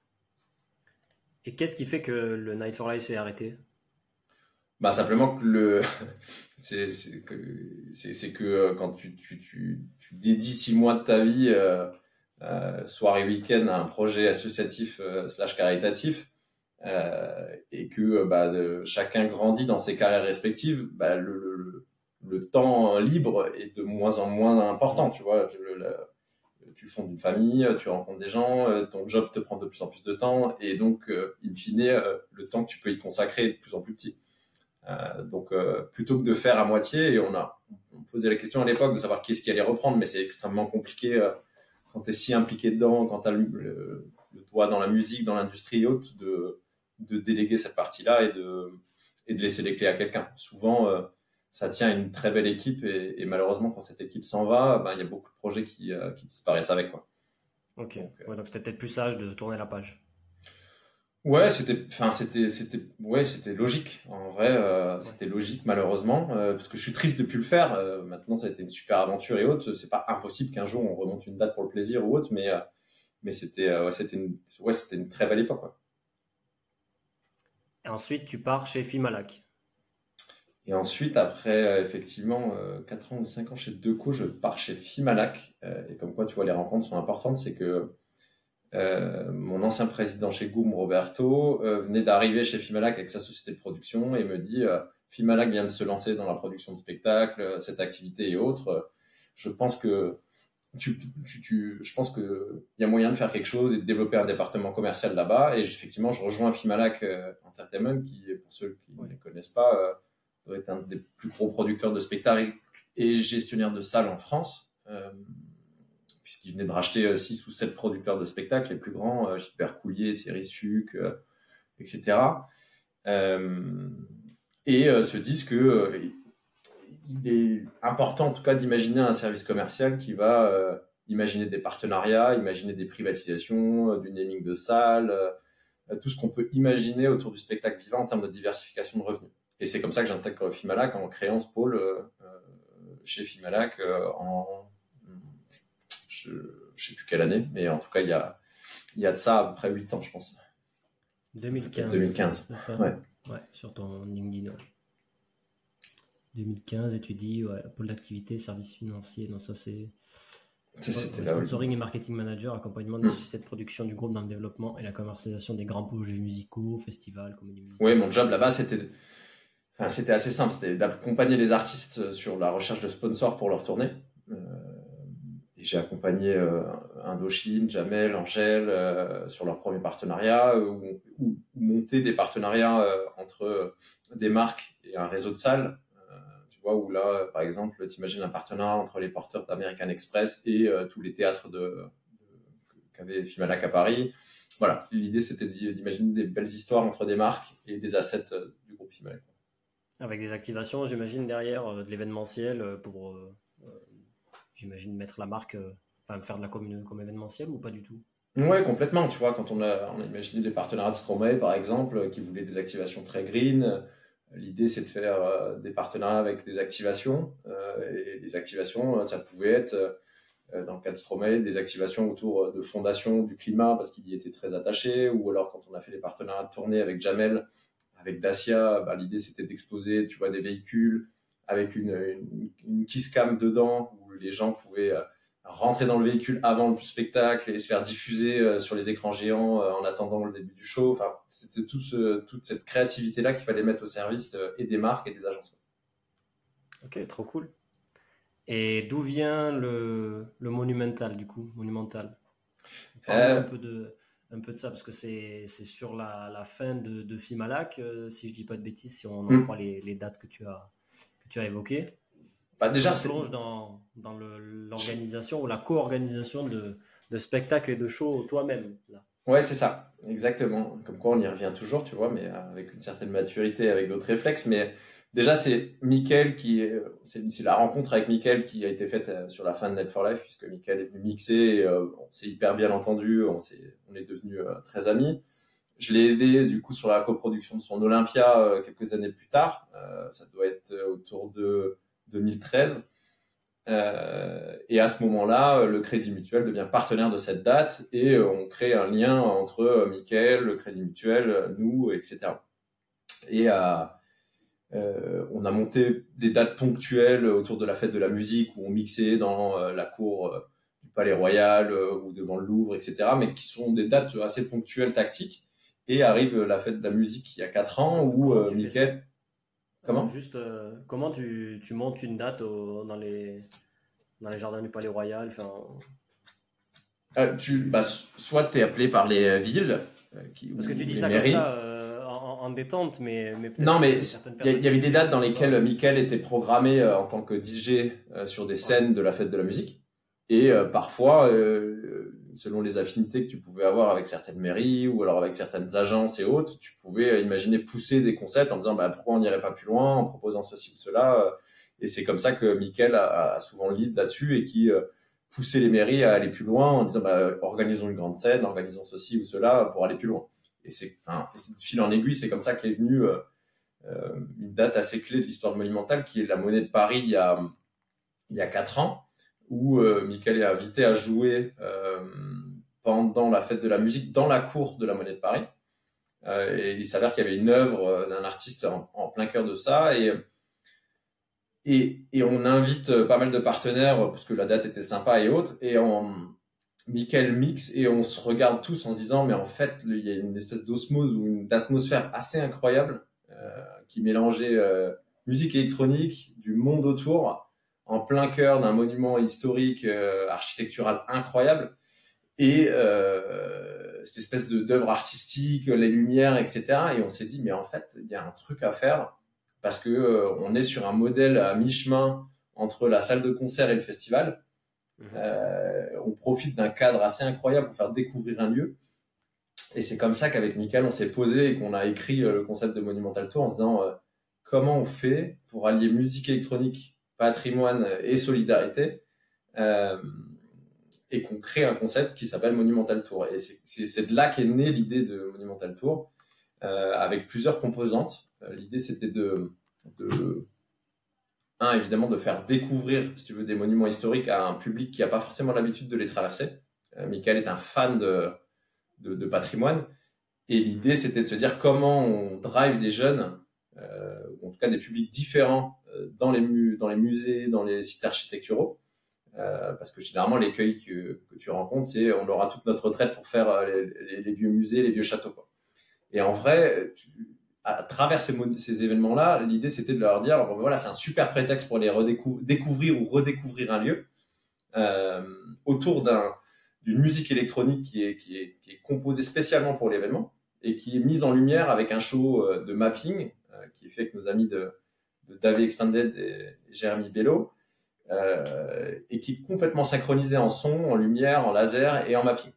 Et qu'est-ce qui fait que le Night for Life s'est arrêté? Bah simplement que le c'est c'est que c'est c'est que euh, quand tu tu tu tu dédies six mois de ta vie euh, euh, soirée week-end à un projet associatif euh, slash caritatif, euh, et que bah, de, chacun grandit dans ses carrières respectives, bah, le, le, le temps libre est de moins en moins important, tu vois. Le, le, tu fondes une famille, tu rencontres des gens, ton job te prend de plus en plus de temps, et donc, euh, in fine, euh, le temps que tu peux y consacrer est de plus en plus petit. Euh, donc, euh, plutôt que de faire à moitié, et on a on posait la question à l'époque de savoir qui est-ce qui allait reprendre, mais c'est extrêmement compliqué euh, quand tu es si impliqué dedans, quand tu as le, le, le doigt dans la musique, dans l'industrie haute, de, de déléguer cette partie-là et de, et de laisser les clés à quelqu'un. Souvent, euh, ça tient à une très belle équipe, et, et malheureusement, quand cette équipe s'en va, ben, il y a beaucoup de projets qui, euh, qui disparaissent avec, quoi. Ok, donc, euh... ouais, donc c'était peut-être plus sage de tourner la page. Ouais, c'était, enfin, c'était, c'était, ouais, c'était logique. En vrai, euh, ouais. C'était logique, malheureusement, euh, parce que je suis triste de plus le faire. Euh, maintenant, ça a été une super aventure et autres. C'est pas impossible qu'un jour on remonte une date pour le plaisir ou autre, mais, euh, mais c'était, euh, ouais, c'était une, ouais, c'était une très belle époque, quoi. Et ensuite, tu pars chez Fimalac. Et ensuite, après, euh, effectivement, euh, quatre ans ou cinq ans chez Deco, je pars chez Fimalac. Euh, et comme quoi, tu vois, les rencontres sont importantes, c'est que Euh, mon ancien président chez Goom, Roberto, euh, venait d'arriver chez Fimalac avec sa société de production et me dit euh, Fimalac vient de se lancer dans la production de spectacles, euh, cette activité et autres. Je pense que tu, tu, tu, je pense que il y a moyen de faire quelque chose et de développer un département commercial là-bas. Et effectivement, je rejoins Fimalac euh, Entertainment, qui, pour ceux qui ouais. ne les connaissent pas, euh, doit être un des plus gros producteurs de spectacles et gestionnaire de salles en France. Euh, puisqu'il venait de racheter six ou sept producteurs de spectacles, les plus grands, euh, Gilbert Coulier, Thierry Suc, euh, et cetera. Euh, et euh, se disent que euh, il est important, en tout cas, d'imaginer un service commercial qui va euh, imaginer des partenariats, imaginer des privatisations, euh, du naming de salles, euh, tout ce qu'on peut imaginer autour du spectacle vivant en termes de diversification de revenus. Et c'est comme ça que j'intègre Fimalac en créant ce pôle euh, chez Fimalac euh, en je ne sais plus quelle année, mais en tout cas, il y a, il y a de ça à peu près huit ans, je pense. deux mille quinze. deux mille quinze. C'est ça. Ouais. Ouais, sur ton LinkedIn. Ouais. deux mille quinze, et tu dis, ouais, pôle d'activité, services financiers. Non, ça c'est. Ça, c'était là. Sponsoring et marketing manager, accompagnement des sociétés de production du groupe dans le développement et la commercialisation des grands projets musicaux, festivals, comédies musicales. Oui, mon job là-bas, c'était. Enfin, c'était assez simple. C'était d'accompagner les artistes sur la recherche de sponsors pour leur tournée. Euh... Et j'ai accompagné euh, Indochine, Jamel, Angèle euh, sur leur premier partenariat, euh, ou, ou monter des partenariats euh, entre euh, des marques et un réseau de salles. Euh, tu vois, où là, euh, par exemple, tu imagines un partenariat entre les porteurs d'American Express et euh, tous les théâtres de, de, qu'avait Fimalac à Paris. Voilà, l'idée c'était d'imaginer des belles histoires entre des marques et des assets euh, du groupe Fimalac. Avec des activations, j'imagine, derrière euh, de l'événementiel pour... Euh... J'imagine mettre la marque, euh, enfin faire de la com comme événementiel ou pas du tout? Ouais, complètement. Tu vois, quand on a, on a imaginé des partenariats de Stromae, par exemple, qui voulaient des activations très green, l'idée c'est de faire euh, des partenariats avec des activations. Euh, et les activations, ça pouvait être, euh, dans le cas de Stromae, des activations autour de fondations du climat parce qu'il y était très attaché. Ou alors quand on a fait les partenariats de tournée avec Jamel, avec Dacia, bah, l'idée c'était d'exposer, tu vois, des véhicules avec une, une, une kiss cam dedans où les gens pouvaient euh, rentrer dans le véhicule avant le spectacle et se faire diffuser euh, sur les écrans géants euh, en attendant le début du show. Enfin, c'était tout ce, toute cette créativité-là qu'il fallait mettre au service euh, et des marques et des agences. Ok, trop cool. Et d'où vient le, le monumental, du coup, monumental? Parle euh... un peu de... un peu de ça, parce que c'est, c'est sur la, la fin de, de Fimalac, euh, si je dis pas de bêtises, si on en mm. croit les, les dates que tu as, que tu as évoquées. Bah déjà, on plonge dans, dans le, l'organisation ou la co-organisation de, de spectacles et de shows toi-même. Là. Ouais, c'est ça, exactement. Comme quoi, on y revient toujours, tu vois, mais avec une certaine maturité, avec d'autres réflexes. Mais déjà, c'est Mickaël qui, c'est, c'est la rencontre avec Mickaël qui a été faite sur la fin de Net for Life, puisque Mickaël est venu mixer, et, euh, on s'est hyper bien entendu, on s'est, on est devenus euh, très amis. Je l'ai aidé du coup sur la coproduction de son Olympia euh, quelques années plus tard. Euh, ça doit être autour de deux mille treize. Euh, et à ce moment-là, le Crédit Mutuel devient partenaire de cette date et euh, on crée un lien entre euh, Mickaël, le Crédit Mutuel, nous, et cetera. Et euh, euh, on a monté des dates ponctuelles autour de la fête de la musique où on mixait dans euh, la cour du Palais Royal euh, ou devant le Louvre, et cetera, mais qui sont des dates assez ponctuelles, tactiques. Et arrive la fête de la musique il y a quatre ans où Comment euh, tu fais ça? Mickaël... Euh, Comment? juste, euh, comment tu, tu montes une date au- dans les, dans les jardins du Palais Royal? Enfin, Euh, tu, bah, s- soit tu es appelé par les euh, villes euh, qui, parce que tu ou dis les ça comme mairies. ça, euh, en, en détente, mais, mais Non, peut-être mais que certaines il y, a- personnes il y qui avait nous des dates écoutent dans savent lesquelles pas. Mickaël était programmé euh, en tant que D J euh, sur des Ouais. scènes de la fête de la musique. Et euh, parfois, euh, selon les affinités que tu pouvais avoir avec certaines mairies ou alors avec certaines agences et autres, tu pouvais euh, imaginer pousser des concepts en disant bah, pourquoi on n'irait pas plus loin en proposant ceci ou cela. euh. Et c'est comme ça que Mickaël a, a souvent le lead là-dessus et qui euh, poussait les mairies à aller plus loin en disant bah, organisons une grande scène, organisons ceci ou cela pour aller plus loin. Et c'est, enfin, et c'est de fil en aiguille, c'est comme ça qu'est venu euh, euh, une date assez clé de l'histoire de Monumental, qui est la Monnaie de Paris il y a, il y a quatre ans, où euh, Mickaël est invité à jouer euh, pendant la fête de la musique dans la cour de la Monnaie de Paris. Euh, et il s'avère qu'il y avait une œuvre euh, d'un artiste en, en plein cœur de ça. Et, et, et on invite euh, pas mal de partenaires, parce que la date était sympa et autres. Et on, Mickaël mixe et on se regarde tous en se disant, mais en fait, il y a une espèce d'osmose ou une atmosphère assez incroyable euh, qui mélangeait euh, musique électronique, du monde autour, en plein cœur d'un monument historique, euh, architectural incroyable, et euh, cette espèce de d'œuvre artistique, les lumières, et cetera. Et on s'est dit, mais en fait, il y a un truc à faire parce que euh, on est sur un modèle à mi-chemin entre la salle de concert et le festival. Mhm. Euh, on profite d'un cadre assez incroyable pour faire découvrir un lieu. Et c'est comme ça qu'avec Michael, on s'est posé et qu'on a écrit euh, le concept de Monumental Tour en se disant euh, comment on fait pour allier musique électronique, patrimoine et solidarité, euh, et qu'on crée un concept qui s'appelle Monumental Tour. Et c'est, c'est, c'est de là qu'est née l'idée de Monumental Tour, euh, avec plusieurs composantes. Euh, l'idée, c'était de, de un, évidemment, de faire découvrir, si tu veux, des monuments historiques à un public qui n'a pas forcément l'habitude de les traverser. Euh, Michael est un fan de, de, de patrimoine. Et l'idée, c'était de se dire comment on drive des jeunes, euh, ou en tout cas des publics différents, euh, dans, les mu- dans les musées, dans les sites architecturaux. Euh, parce que généralement, l'écueil que, que tu rencontres, c'est on aura toute notre retraite pour faire euh, les, les, les vieux musées, les vieux châteaux, quoi. Et en vrai, tu, à travers ces, ces événements-là, l'idée c'était de leur dire, bon, voilà, c'est un super prétexte pour les redécouvrir découvrir ou redécouvrir un lieu euh, autour d'un, d'une musique électronique qui est, qui, est, qui est composée spécialement pour l'événement et qui est mise en lumière avec un show euh, de mapping euh, qui est fait avec nos amis de, de Dave Extended et, et Jérémy Bello, euh, et qui est complètement synchronisé en son, en lumière, en laser et en mapping.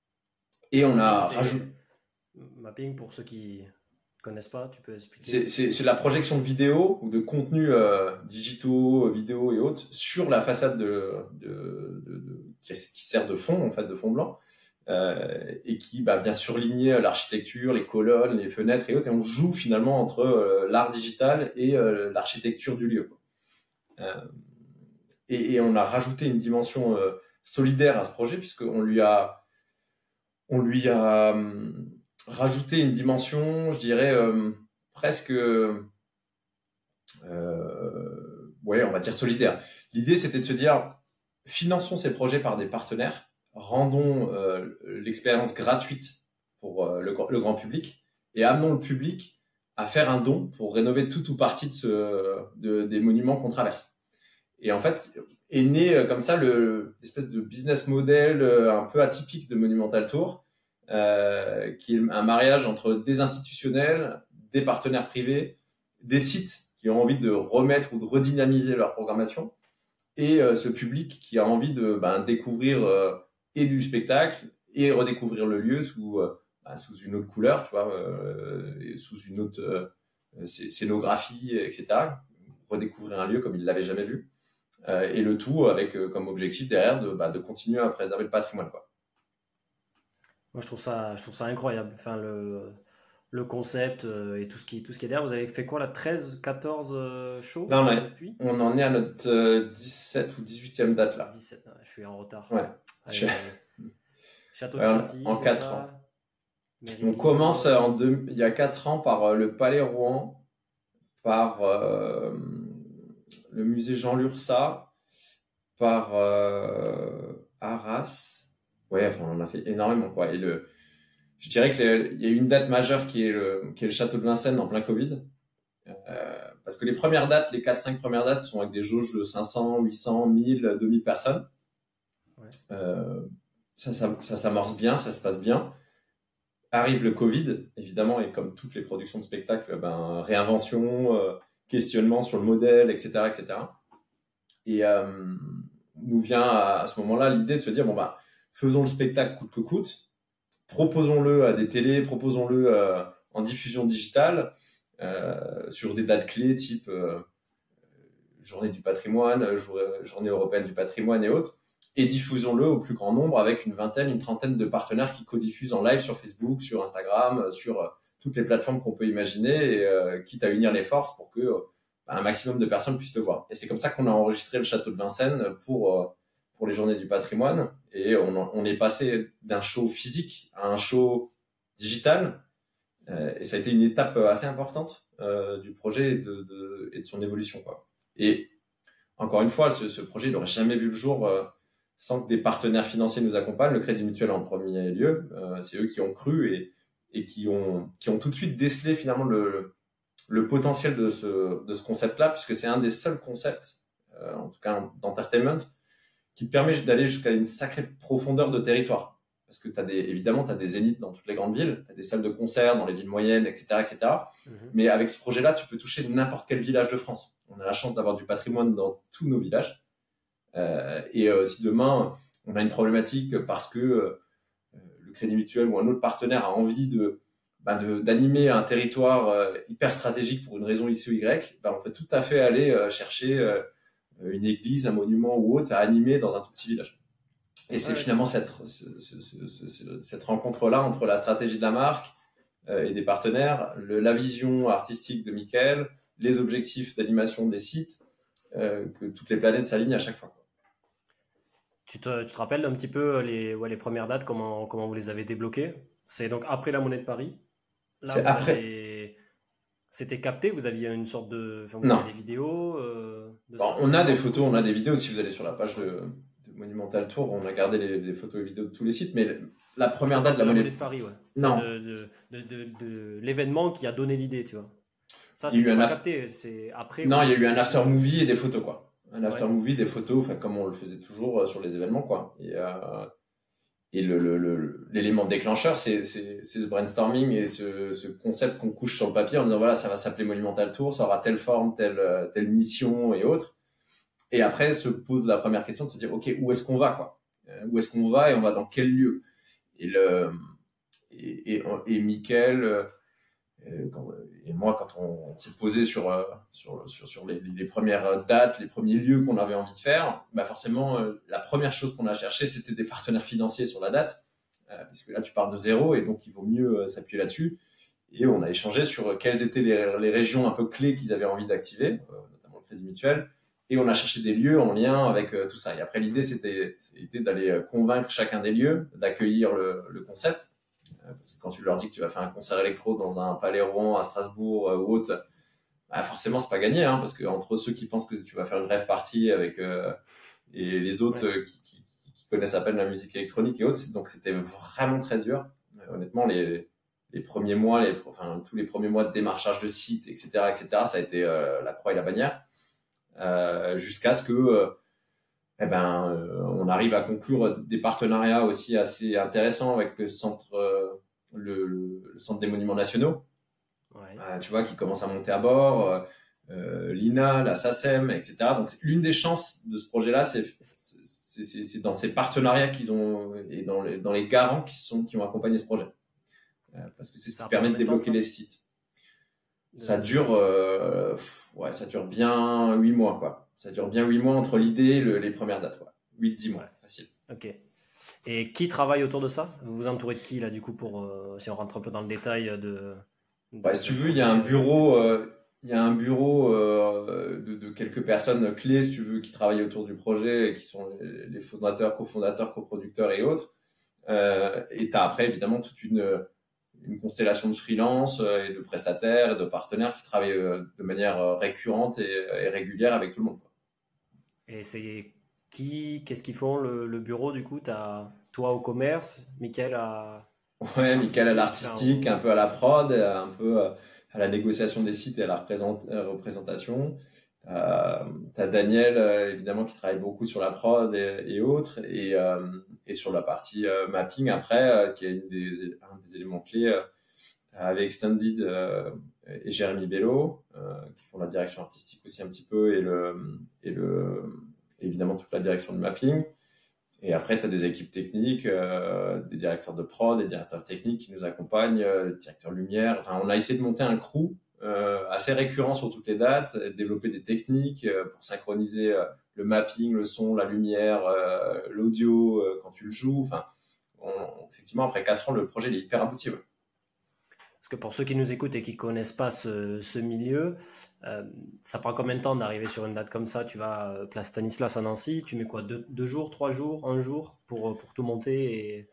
Et on Mapping, a rajouté... c'est mapping pour ceux qui connaissent pas, tu peux expliquer? C'est, c'est, c'est la projection de vidéos ou de contenus euh, digitaux, vidéos et autres sur la façade de, de, de, de qui, qui sert de fond, en fait, de fond blanc, euh, et qui bah, vient surligner l'architecture, les colonnes, les fenêtres et autres. Et on joue finalement entre euh, l'art digital et euh, l'architecture du lieu, quoi. Euh, et, et on a rajouté une dimension euh, solidaire à ce projet puisqu'on lui a, on lui a hum, rajouté une dimension, je dirais, euh, presque euh, ouais, on va dire solidaire. L'idée, c'était de se dire, finançons ces projets par des partenaires, rendons euh, l'expérience gratuite pour euh, le, le grand public et amenons le public à faire un don pour rénover tout ou partie de ce, de, des monuments qu'on traverse. Et en fait, est né euh, comme ça le, l'espèce de business model euh, un peu atypique de Monumental Tour, euh, qui est un mariage entre des institutionnels, des partenaires privés, des sites qui ont envie de remettre ou de redynamiser leur programmation, et euh, ce public qui a envie de ben, découvrir euh, et du spectacle et redécouvrir le lieu sous, euh, ben, sous une autre couleur, tu vois, euh, et sous une autre euh, scénographie, et cetera. Redécouvrir un lieu comme il l'avait jamais vu. Euh, et le tout avec euh, comme objectif derrière de, bah, de continuer à préserver le patrimoine, quoi. Moi, je trouve ça, je trouve ça incroyable. Enfin, le, le concept euh, et tout ce qui, tout ce qui est derrière. Vous avez fait quoi, là, treize, quatorze euh, shows Là, on, est, depuis? on en est à notre euh, dix-sept ou dix-huitième date, là. dix-sept, ouais, je suis en retard. Ouais. Je- Allez, Château de ouais, on- Chantilly, en c'est quatre ans. ça? Mairie de On commence Lisbonne. en deux, il y a quatre ans par euh, le Palais Rouen, par euh, le musée Jean Lursa, par euh, ah, masse. Ouais, enfin, on en a fait énormément, quoi. Et le, je dirais qu'il y a une date majeure qui est le, qui est le château de Vincennes en plein Covid. Euh, parce que les premières dates, les quatre cinq premières dates sont avec des jauges de cinq cents, huit cents, mille, deux mille personnes. Ouais. Euh, ça, ça, ça s'amorce bien, ça se passe bien. Arrive le Covid, évidemment, et comme toutes les productions de spectacles, ben, réinvention, euh, questionnement sur le modèle, et cetera, et cetera. Et euh, nous vient à, à ce moment-là l'idée de se dire, bon, ben, faisons le spectacle coûte que coûte, proposons-le à des télés, proposons-le euh, en diffusion digitale, euh, sur des dates clés type euh, journée du patrimoine, jour, journée européenne du patrimoine et autres, et diffusons-le au plus grand nombre avec une vingtaine, une trentaine de partenaires qui codiffusent en live sur Facebook, sur Instagram, sur euh, toutes les plateformes qu'on peut imaginer, et euh, quitte à unir les forces pour que euh, un maximum de personnes puissent le voir. Et c'est comme ça qu'on a enregistré le château de Vincennes pour euh, pour les journées du patrimoine, et on, on est passé d'un show physique à un show digital, euh, et ça a été une étape assez importante euh, du projet et de, de, et de son évolution, quoi. Et encore une fois, ce, ce projet n'aurait jamais vu le jour euh, sans que des partenaires financiers nous accompagnent. Le Crédit Mutuel en premier lieu, euh, c'est eux qui ont cru et, et qui, ont, qui ont tout de suite décelé finalement le, le potentiel de ce, de ce concept-là, puisque c'est un des seuls concepts, euh, en tout cas d'entertainment, qui permet d'aller jusqu'à une sacrée profondeur de territoire. Parce que t'as des, évidemment, tu as des zéniths dans toutes les grandes villes, tu as des salles de concert dans les villes moyennes, et cetera, et cetera. Mm-hmm. Mais avec ce projet-là, tu peux toucher n'importe quel village de France. On a la chance d'avoir du patrimoine dans tous nos villages. Euh, et euh, si demain, on a une problématique parce que euh, le Crédit Mutuel ou un autre partenaire a envie de, bah de, d'animer un territoire euh, hyper stratégique pour une raison X ou Y, bah on peut tout à fait aller euh, chercher euh, une église, un monument ou autre à animer dans un tout petit village. Et c'est ouais, finalement cette, ce, ce, ce, ce, cette rencontre-là entre la stratégie de la marque euh, et des partenaires, le, la vision artistique de Mickaël, les objectifs d'animation des sites, euh, que toutes les planètes s'alignent à chaque fois. Tu te, tu te rappelles un petit peu les, ouais, les premières dates, comment, comment vous les avez débloquées? C'est donc après la Monnaie de Paris. Là, c'est après. Avez... C'était capté, vous aviez une sorte de... Enfin, vous non. avez des vidéos euh, de bon, On a des photos, on a des vidéos. Si vous allez sur la page de... Monumental Tour, on a gardé les, les photos et vidéos de tous les sites, mais la première date de la, la monnaie de Paris, ouais. Non. De, de, de, de, de l'événement qui a donné l'idée, tu vois. Ça, c'est pas af... capté. C'est après. Non, il y a eu un after movie et des photos, quoi. Un after ouais. movie, des photos, enfin comme on le faisait toujours sur les événements, quoi. Et, euh, et le, le, le, l'élément déclencheur, c'est, c'est, c'est ce brainstorming et ce, ce concept qu'on couche sur le papier en disant voilà, ça va s'appeler Monumental Tour, ça aura telle forme, telle, telle mission et autres. Et après se pose la première question de se dire ok, où est-ce qu'on va, quoi. Où est-ce qu'on va et on va dans quel lieu? Et le et et, et Mickaël euh, quand, et moi quand on, on s'est posé sur euh, sur sur sur les, les premières dates, les premiers lieux qu'on avait envie de faire, bah forcément euh, la première chose qu'on a cherché c'était des partenaires financiers sur la date, euh, parce que là tu pars de zéro et donc il vaut mieux euh, s'appuyer là-dessus. Et on a échangé sur quelles étaient les, les régions un peu clés qu'ils avaient envie d'activer, euh, notamment le Crédit Mutuel. Et on a cherché des lieux en lien avec euh, tout ça. Et après, l'idée, c'était, c'était d'aller euh, convaincre chacun des lieux, d'accueillir le, le concept. Euh, parce que quand tu leur dis que tu vas faire un concert électro dans un palais Rouen, à Strasbourg euh, ou autre, bah, forcément, c'est pas gagné, hein, parce que entre ceux qui pensent que tu vas faire une rave party avec euh, et les autres ouais. euh, qui, qui, qui connaissent à peine la musique électronique et autres, c'est, donc c'était vraiment très dur. Euh, honnêtement, les les premiers mois, les, enfin tous les premiers mois de démarchage de sites, et cetera, et cetera, ça a été euh, la croix et la bannière. Euh, jusqu'à ce que euh, eh ben, euh, on arrive à conclure des partenariats aussi assez intéressants avec le centre, euh, le, le, le centre des monuments nationaux, ouais. euh, tu vois, qui commence à monter à bord, euh, l'I N A, la SACEM, et cetera. Donc, l'une des chances de ce projet-là, c'est, c'est, c'est, c'est, c'est dans ces partenariats qu'ils ont et dans les, dans les garants qui sont qui ont accompagné ce projet, euh, parce que c'est ce qui permet de débloquer les sites. Ça dure, euh, pff, ouais, ça dure bien huit mois, quoi. Ça dure bien huit mois entre l'idée et le, les premières dates, quoi. huit dix mois, facile. Ok. Et qui travaille autour de ça? Vous vous entourez de qui, là, du coup, pour, euh, si on rentre un peu dans le détail de... de ouais, si tu veux, il y a un bureau, euh, il y a un bureau euh, de, de quelques personnes clés, si tu veux, qui travaillent autour du projet, et qui sont les, les fondateurs, cofondateurs, coproducteurs et autres. Euh, et t'as après, évidemment, toute une... une constellation de freelance et de prestataires et de partenaires qui travaillent de manière récurrente et, et régulière avec tout le monde. Et c'est Qui, qu'est-ce qu'ils font le, le bureau du coup? T'as toi au commerce, Mickaël à Ouais, Michael à artistique. Enfin, l'artistique, au- un peu à la prod, un peu euh, à la négociation des sites et à la représent- euh, représentation. T'as, t'as Daniel, euh, évidemment, qui travaille beaucoup sur la prod et, et autres, et, euh, et sur la partie euh, mapping après, euh, qui est une des, un des éléments clés, euh, avec Extended euh, et Jérémy Bello, euh, qui font la direction artistique aussi un petit peu, et le, et le, évidemment toute la direction du mapping. Et après, tu as des équipes techniques, euh, des directeurs de prod, des directeurs techniques qui nous accompagnent, euh, des directeurs lumière. Enfin, on a essayé de monter un crew euh, assez récurrent sur toutes les dates, de développer des techniques euh, pour synchroniser euh, le mapping, le son, la lumière, euh, l'audio euh, quand tu le joues. Enfin, on- effectivement, après quatre ans, le projet il est hyper abouti. Ouais. Parce que pour ceux qui nous écoutent et qui connaissent pas ce, ce milieu, euh, ça prend combien de temps d'arriver sur une date comme ça? Tu vas euh, place Stanislas à Nancy, tu mets quoi, deux, deux jours, trois jours, un jour pour, pour tout monter et,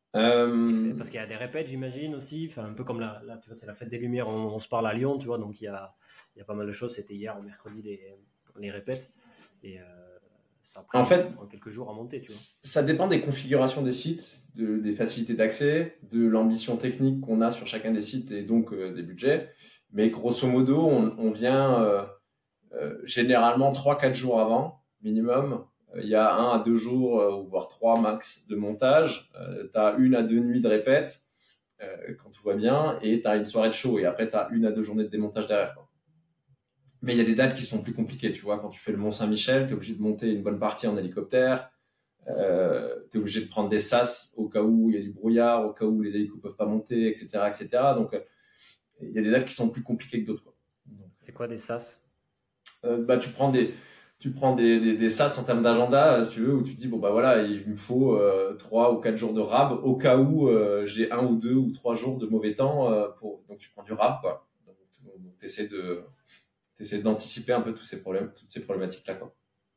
et fait, Euh, parce qu'il y a des répètes, j'imagine aussi. Enfin, un peu comme la, la- tu vois, c'est la fête des Lumières, on, on se parle à Lyon, tu vois, donc il y a, il y a pas mal de choses. C'était hier, au mercredi, les, les répètes. Et euh, ça, En prend, ça fait, prend quelques jours à monter, tu vois. ça dépend des configurations des sites, de, des facilités d'accès, de l'ambition technique qu'on a sur chacun des sites et donc euh, des budgets. Mais grosso modo, on, on vient euh, euh, généralement trois quatre jours avant, minimum. Euh, Il y a un à deux jours, euh, voire trois max de montage. Euh, tu as une à deux nuits de répète euh, quand tout va bien et tu as une soirée de show. Et après, tu as une à deux journées de démontage derrière. Quoi. Mais il y a des dates qui sont plus compliquées. Tu vois, quand tu fais le Mont-Saint-Michel, tu es obligé de monter une bonne partie en hélicoptère. Euh, tu es obligé de prendre des sas au cas où il y a du brouillard, au cas où les hélicos peuvent pas monter, et cetera, et cetera. Donc, euh, il y a des dates qui sont plus compliquées que d'autres. Quoi. Donc, C'est quoi des sas? euh, bah, tu prends des, tu prends des, des, des sas en termes d'agenda, si tu veux, où tu te dis, bon, bah voilà, il me faut euh, trois ou quatre jours de rab au cas où euh, j'ai un ou deux ou trois jours de mauvais temps. Euh, pour... Donc, tu prends du rab, quoi. Donc, tu essaies de, t'essaies d'anticiper un peu tous ces problèmes, toutes ces problématiques-là, quoi.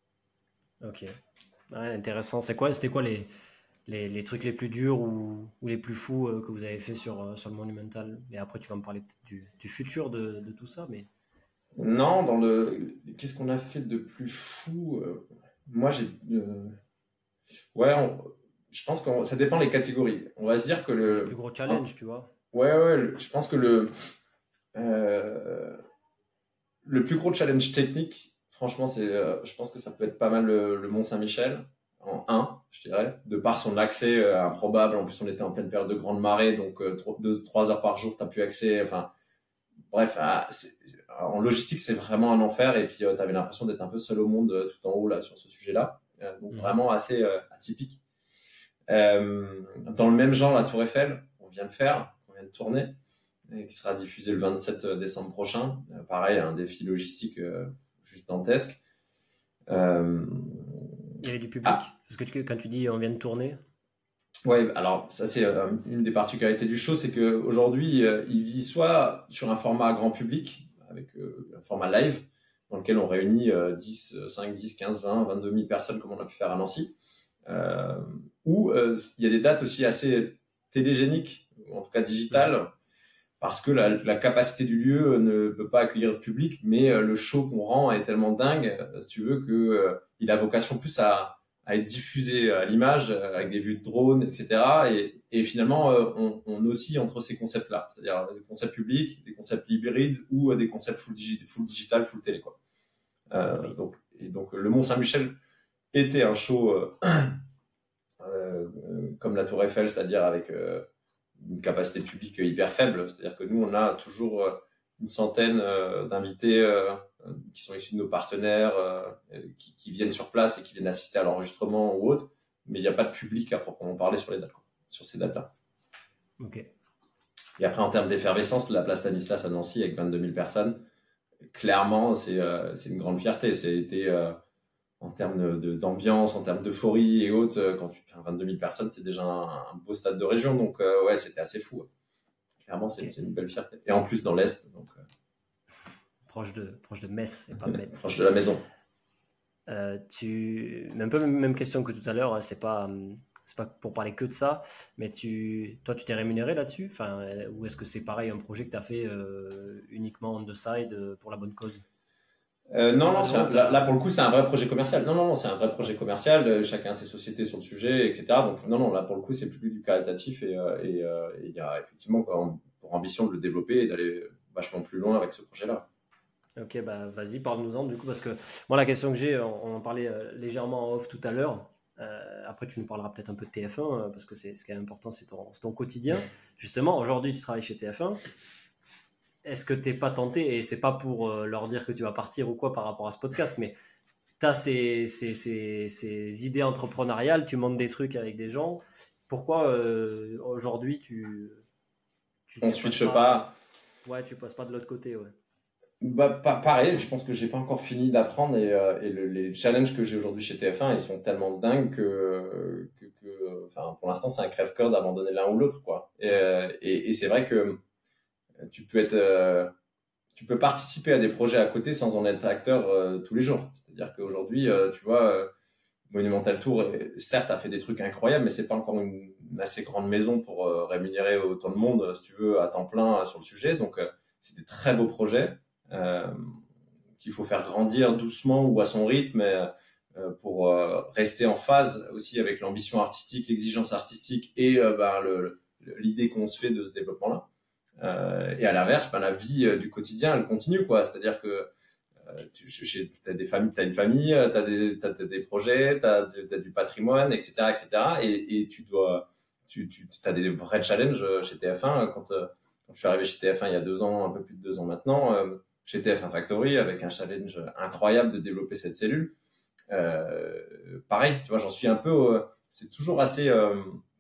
Ok. Ouais, intéressant. C'est quoi, c'était quoi les, les, les trucs les plus durs ou, ou les plus fous euh, que vous avez fait sur, euh, sur le Monumental? Et après, tu vas me parler peut-être du, du futur de, de tout ça, mais Non, dans le, qu'est-ce qu'on a fait de plus fou? euh, Moi, j'ai, euh, ouais, on- je pense que ça dépend les catégories. On va se dire que les plus le, gros un- challenges, tu vois. ouais, ouais, le- je pense que le, euh, le plus gros challenge technique, franchement, c'est, euh, je pense que ça peut être pas mal le, le Mont Saint-Michel en un, je dirais, de par son accès euh, improbable. En plus, on était en pleine période de grande marée, donc euh, trois, deux, trois heures par jour, t'as plus accès. Enfin, bref, ah, c'est- en logistique, c'est vraiment un enfer. Et puis, tu avais l'impression d'être un peu seul au monde euh, tout en haut là sur ce sujet-là. Euh, donc Mhm. vraiment assez euh, atypique. Euh, dans le même genre, la Tour Eiffel, on vient de faire, on vient de tourner, et qui sera diffusé le vingt-sept décembre prochain. Euh, pareil, un défi logistique euh, juste dantesque. Euh, Il y avait du ah, public? Parce que tu- quand tu dis on vient de tourner, ouais, alors ça c'est euh, une des particularités du show, c'est que aujourd'hui euh, il vit soit sur un format grand public, avec euh, un format live, dans lequel on réunit euh, dix, euh, cinq, dix, quinze, vingt, vingt-deux mille personnes comme on a pu faire à Nancy, euh, ou euh, il y a des dates aussi assez télégéniques, ou en tout cas mhm. digitales, parce que la, la capacité du lieu ne peut pas accueillir le public, mais euh, le show qu'on rend est tellement dingue, euh, si tu veux, que euh, il a vocation plus à, à être diffusé à l'image, euh, avec des vues de drone, et cetera. Et, et finalement, euh, on, on oscille entre ces concepts-là, c'est-à-dire des concepts publics, des concepts hybrides ou euh, des concepts full, digi full digital, full télé, quoi. Euh, Compris. donc, et donc, le Mont Saint-Michel était un show euh, euh, comme la Tour Eiffel, c'est-à-dire avec euh, une capacité publique hyper faible. C'est-à-dire que nous, on a toujours euh, une centaine euh, d'invités euh, qui sont issus de nos partenaires, euh, qui, qui viennent sur place et qui viennent assister à l'enregistrement ou autre, mais il n'y a pas de public à proprement parler sur les dates, quoi, sur ces dates-là. Ok. Et après, en termes d'effervescence, la place Stanislas à Nancy avec vingt-deux mille personnes, clairement, c'est euh, c'est une grande fierté. C'était euh, en termes de, d'ambiance, en termes d'euphorie et autres, euh, quand tu fais vingt-deux mille personnes, c'est déjà un, un beau stade de région. Donc, euh, ouais, c'était assez fou. Ouais. Clairement, c'est, Ok. c'est une belle fierté. Et en plus, dans l'Est, donc euh, Proche de, proche de Metz et pas Metz. proche de la maison. Euh, tu... Un peu même même question que tout à l'heure, hein, c'est pas, hum, c'est pas pour parler que de ça, mais tu... toi, tu t'es rémunéré là-dessus? Enfin, euh, ou est-ce que c'est pareil, un projet que tu as fait euh, uniquement on the side euh, pour la bonne cause? Euh, non, non, Ah c'est non, un- là, t'as... là, pour le coup, c'est un vrai projet commercial. Non, non, non, c'est un vrai projet commercial. euh, Chacun a ses sociétés sur le sujet, et cetera. Donc, non, non, là, pour le coup, c'est plus du caritatif et euh, et, euh, et il y a effectivement pour, pour ambition de le développer et d'aller vachement plus loin avec ce projet-là. Ok, bah vas-y, parle-nous-en du coup, parce que moi la question que j'ai, on, on en parlait euh, légèrement en off tout à l'heure. Euh, après, tu nous parleras peut-être un peu de T F un, euh, parce que c'est ce qui est important, c'est ton, c'est ton quotidien. Justement, aujourd'hui, tu travailles chez T F un. Est-ce que t'es pas tenté, et c'est pas pour euh, leur dire que tu vas partir ou quoi par rapport à ce podcast, mais tu as ces, ces, ces, ces idées entrepreneuriales, tu montes des trucs avec des gens. Pourquoi euh, aujourd'hui tu, tu, On tu passes switche pas, pas. ouais, tu passes pas de l'autre côté, ouais. Bah, pa- pareil, je pense que j'ai pas encore fini d'apprendre et, euh, et le- les challenges que j'ai aujourd'hui chez T F un, ils sont tellement dingues que, que, que enfin, pour l'instant, c'est un crève-cœur d'abandonner l'un ou l'autre, quoi. Et, euh, et, et c'est vrai que tu peux être, euh, tu peux participer à des projets à côté sans en être acteur euh, tous les jours. C'est-à-dire qu'aujourd'hui, euh, tu vois, euh, Monumental Tour, euh, certes, a fait des trucs incroyables, mais c'est pas encore une, une assez grande maison pour euh, rémunérer autant de monde, euh, si tu veux, à temps plein euh, sur le sujet. Donc, euh, c'est des très beaux projets euh, qu'il faut faire grandir doucement ou à son rythme euh, euh, pour euh, rester en phase aussi avec l'ambition artistique, l'exigence artistique et euh, ben, le, le- l'idée qu'on se fait de ce développement-là. Euh, et à l'inverse, ben, la vie euh, du quotidien, elle continue, quoi. C'est-à-dire que euh, tu as des familles, t'as une famille, euh, t'as des, t'as, t'as des projets, t'as, t'as du patrimoine, et cetera, et cetera. Et, et tu dois, tu, tu as des vrais challenges euh, chez T F un. Quand, euh, quand je suis arrivé chez T F un il y a deux ans, un peu plus de deux ans maintenant, euh, chez T F un Factory, avec un challenge incroyable de développer cette cellule. Euh, pareil, tu vois, j'en suis un peu, euh, c'est toujours assez, euh,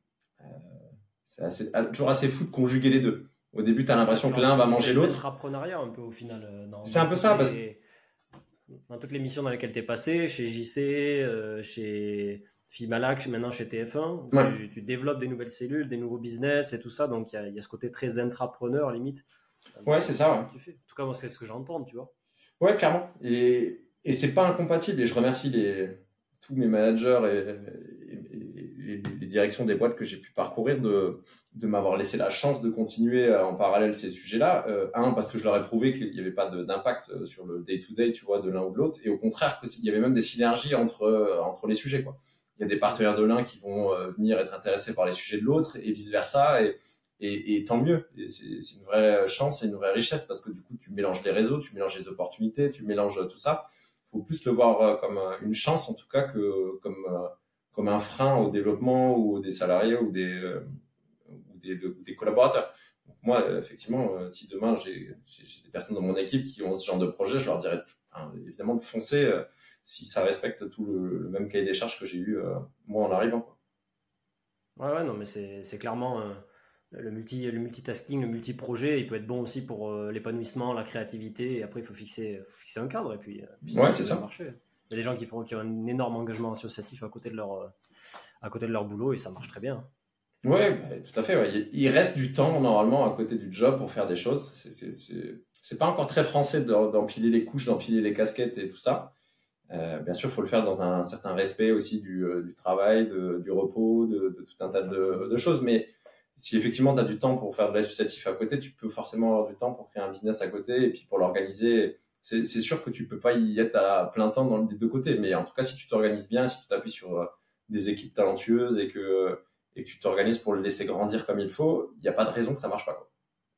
c'est assez, toujours assez fou de conjuguer les deux. Au début, tu as Ouais, l'impression tu, que l'un tu, va tu fais manger de l'autre. l'intrapreneuriat un peu au final, euh, dans, C'est dans un peu toutes ça, parce que les, dans toutes les missions dans lesquelles tu es passé, chez J C, euh, chez Fimalac, maintenant chez T F un, ouais, tu, tu développes des nouvelles cellules, des nouveaux business et tout ça, donc il y a, il y a ce côté très intrapreneur limite ouais, dans, c'est dans ça, ce ouais. que tu fais. En tout cas, moi, c'est ce que j'entends, tu vois. Ouais, clairement. Et, et c'est pas incompatible. Et je remercie les, tous mes managers et, et- et les, les directions des boîtes que j'ai pu parcourir de, de m'avoir laissé la chance de continuer euh, en parallèle ces sujets-là. Euh, un, parce que je leur ai prouvé qu'il n'y avait pas de- d'impact euh, sur le day-to-day, tu vois, de l'un ou de l'autre. Et au contraire, qu'il y avait même des synergies entre, euh, entre les sujets, quoi. Il y a des Mm. partenaires de l'un qui vont euh, venir être intéressés par les sujets de l'autre et vice-versa. Et, et, et tant mieux. Et c'est c'est une vraie chance et une vraie richesse parce que du coup, tu mélanges les réseaux, tu mélanges les opportunités, tu mélanges tout ça. Il faut plus le voir euh, comme euh, une chance en tout cas que comme euh, comme un frein au développement ou des salariés ou des euh, ou des, de- des collaborateurs. Donc moi, euh, effectivement, euh, si demain j'ai j'ai- j'ai des personnes dans mon équipe qui ont ce genre de projet, je leur dirais enfin, évidemment de foncer euh, si ça respecte tout le, le même cahier des charges que j'ai eu euh, moi en arrivant, quoi. Ouais, ouais, non, mais c'est c'est clairement euh, le multi, le multitasking, le multi-projet, il peut être bon aussi pour euh, l'épanouissement, la créativité, et après il faut fixer, faut fixer un cadre, et puis, euh, puis sinon Ouais, ça c'est peut bien ça. marcher. Il y a des gens qui font qui ont un énorme engagement associatif à côté de leur, euh, à côté de leur boulot, et ça marche très bien. Ouais, bah, tout à fait. Ouais. Il il reste du temps normalement à côté du job pour faire des choses. C'est c'est c'est c'est pas encore très français d'en- d'empiler les couches, d'empiler les casquettes et tout ça. Euh, bien sûr, il faut le faire dans un certain respect aussi du, euh, du travail, de, du repos, de, de tout un La tas de, de famille. choses. Mais si effectivement tu as du temps pour faire de l'associatif à côté, tu peux forcément avoir du temps pour créer un business à côté et puis pour l'organiser. C'est c'est sûr que tu peux pas y être à plein temps dans les deux côtés. Mais en tout cas, si tu t'organises bien, si tu t'appuies sur euh, des équipes talentueuses et que, et que tu t'organises pour le laisser grandir comme il faut, il n'y a pas de raison que ça marche pas, quoi.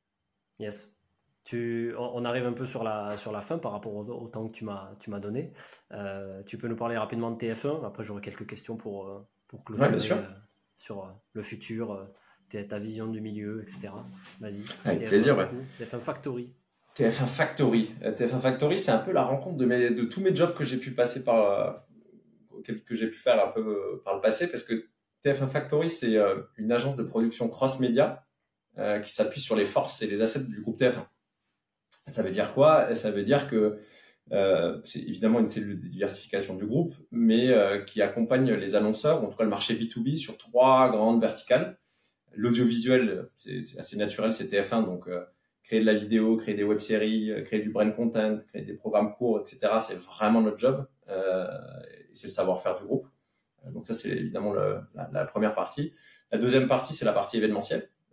Yes. Tu, on on arrive un peu sur la, sur la fin par rapport au, au temps que tu m'as, tu m'as donné. Euh, tu peux nous parler rapidement de T F un. Après, j'aurai quelques questions pour, euh, pour Ouais, bien sûr. clôturer euh, sur euh, le futur, euh, ta ta vision du milieu, et cetera. Vas-y. Avec T F un, plaisir, du ouais. coup. T F un Factory. T F un Factory. Euh, T F un Factory, c'est un peu la rencontre de, mes, de tous mes jobs que j'ai pu passer par, euh, que, que j'ai pu faire un peu euh, par le passé, parce que T F un Factory, c'est euh, une agence de production cross-média euh, qui s'appuie sur les forces et les assets du groupe T F un. Ça veut dire quoi? Ça veut dire que euh, c'est évidemment une cellule de diversification du groupe, mais euh, qui accompagne les annonceurs, ou en tout cas le marché B deux B, sur trois grandes verticales. L'audiovisuel, c'est c'est assez naturel, c'est T F un, donc euh, créer de la vidéo, créer des web-séries, euh, créer du brand content, créer des programmes courts, et cetera. C'est vraiment notre job, euh, et c'est le savoir-faire du groupe. Donc ça, c'est évidemment le, la, la première partie. La deuxième partie, c'est la partie événementielle. Donc on,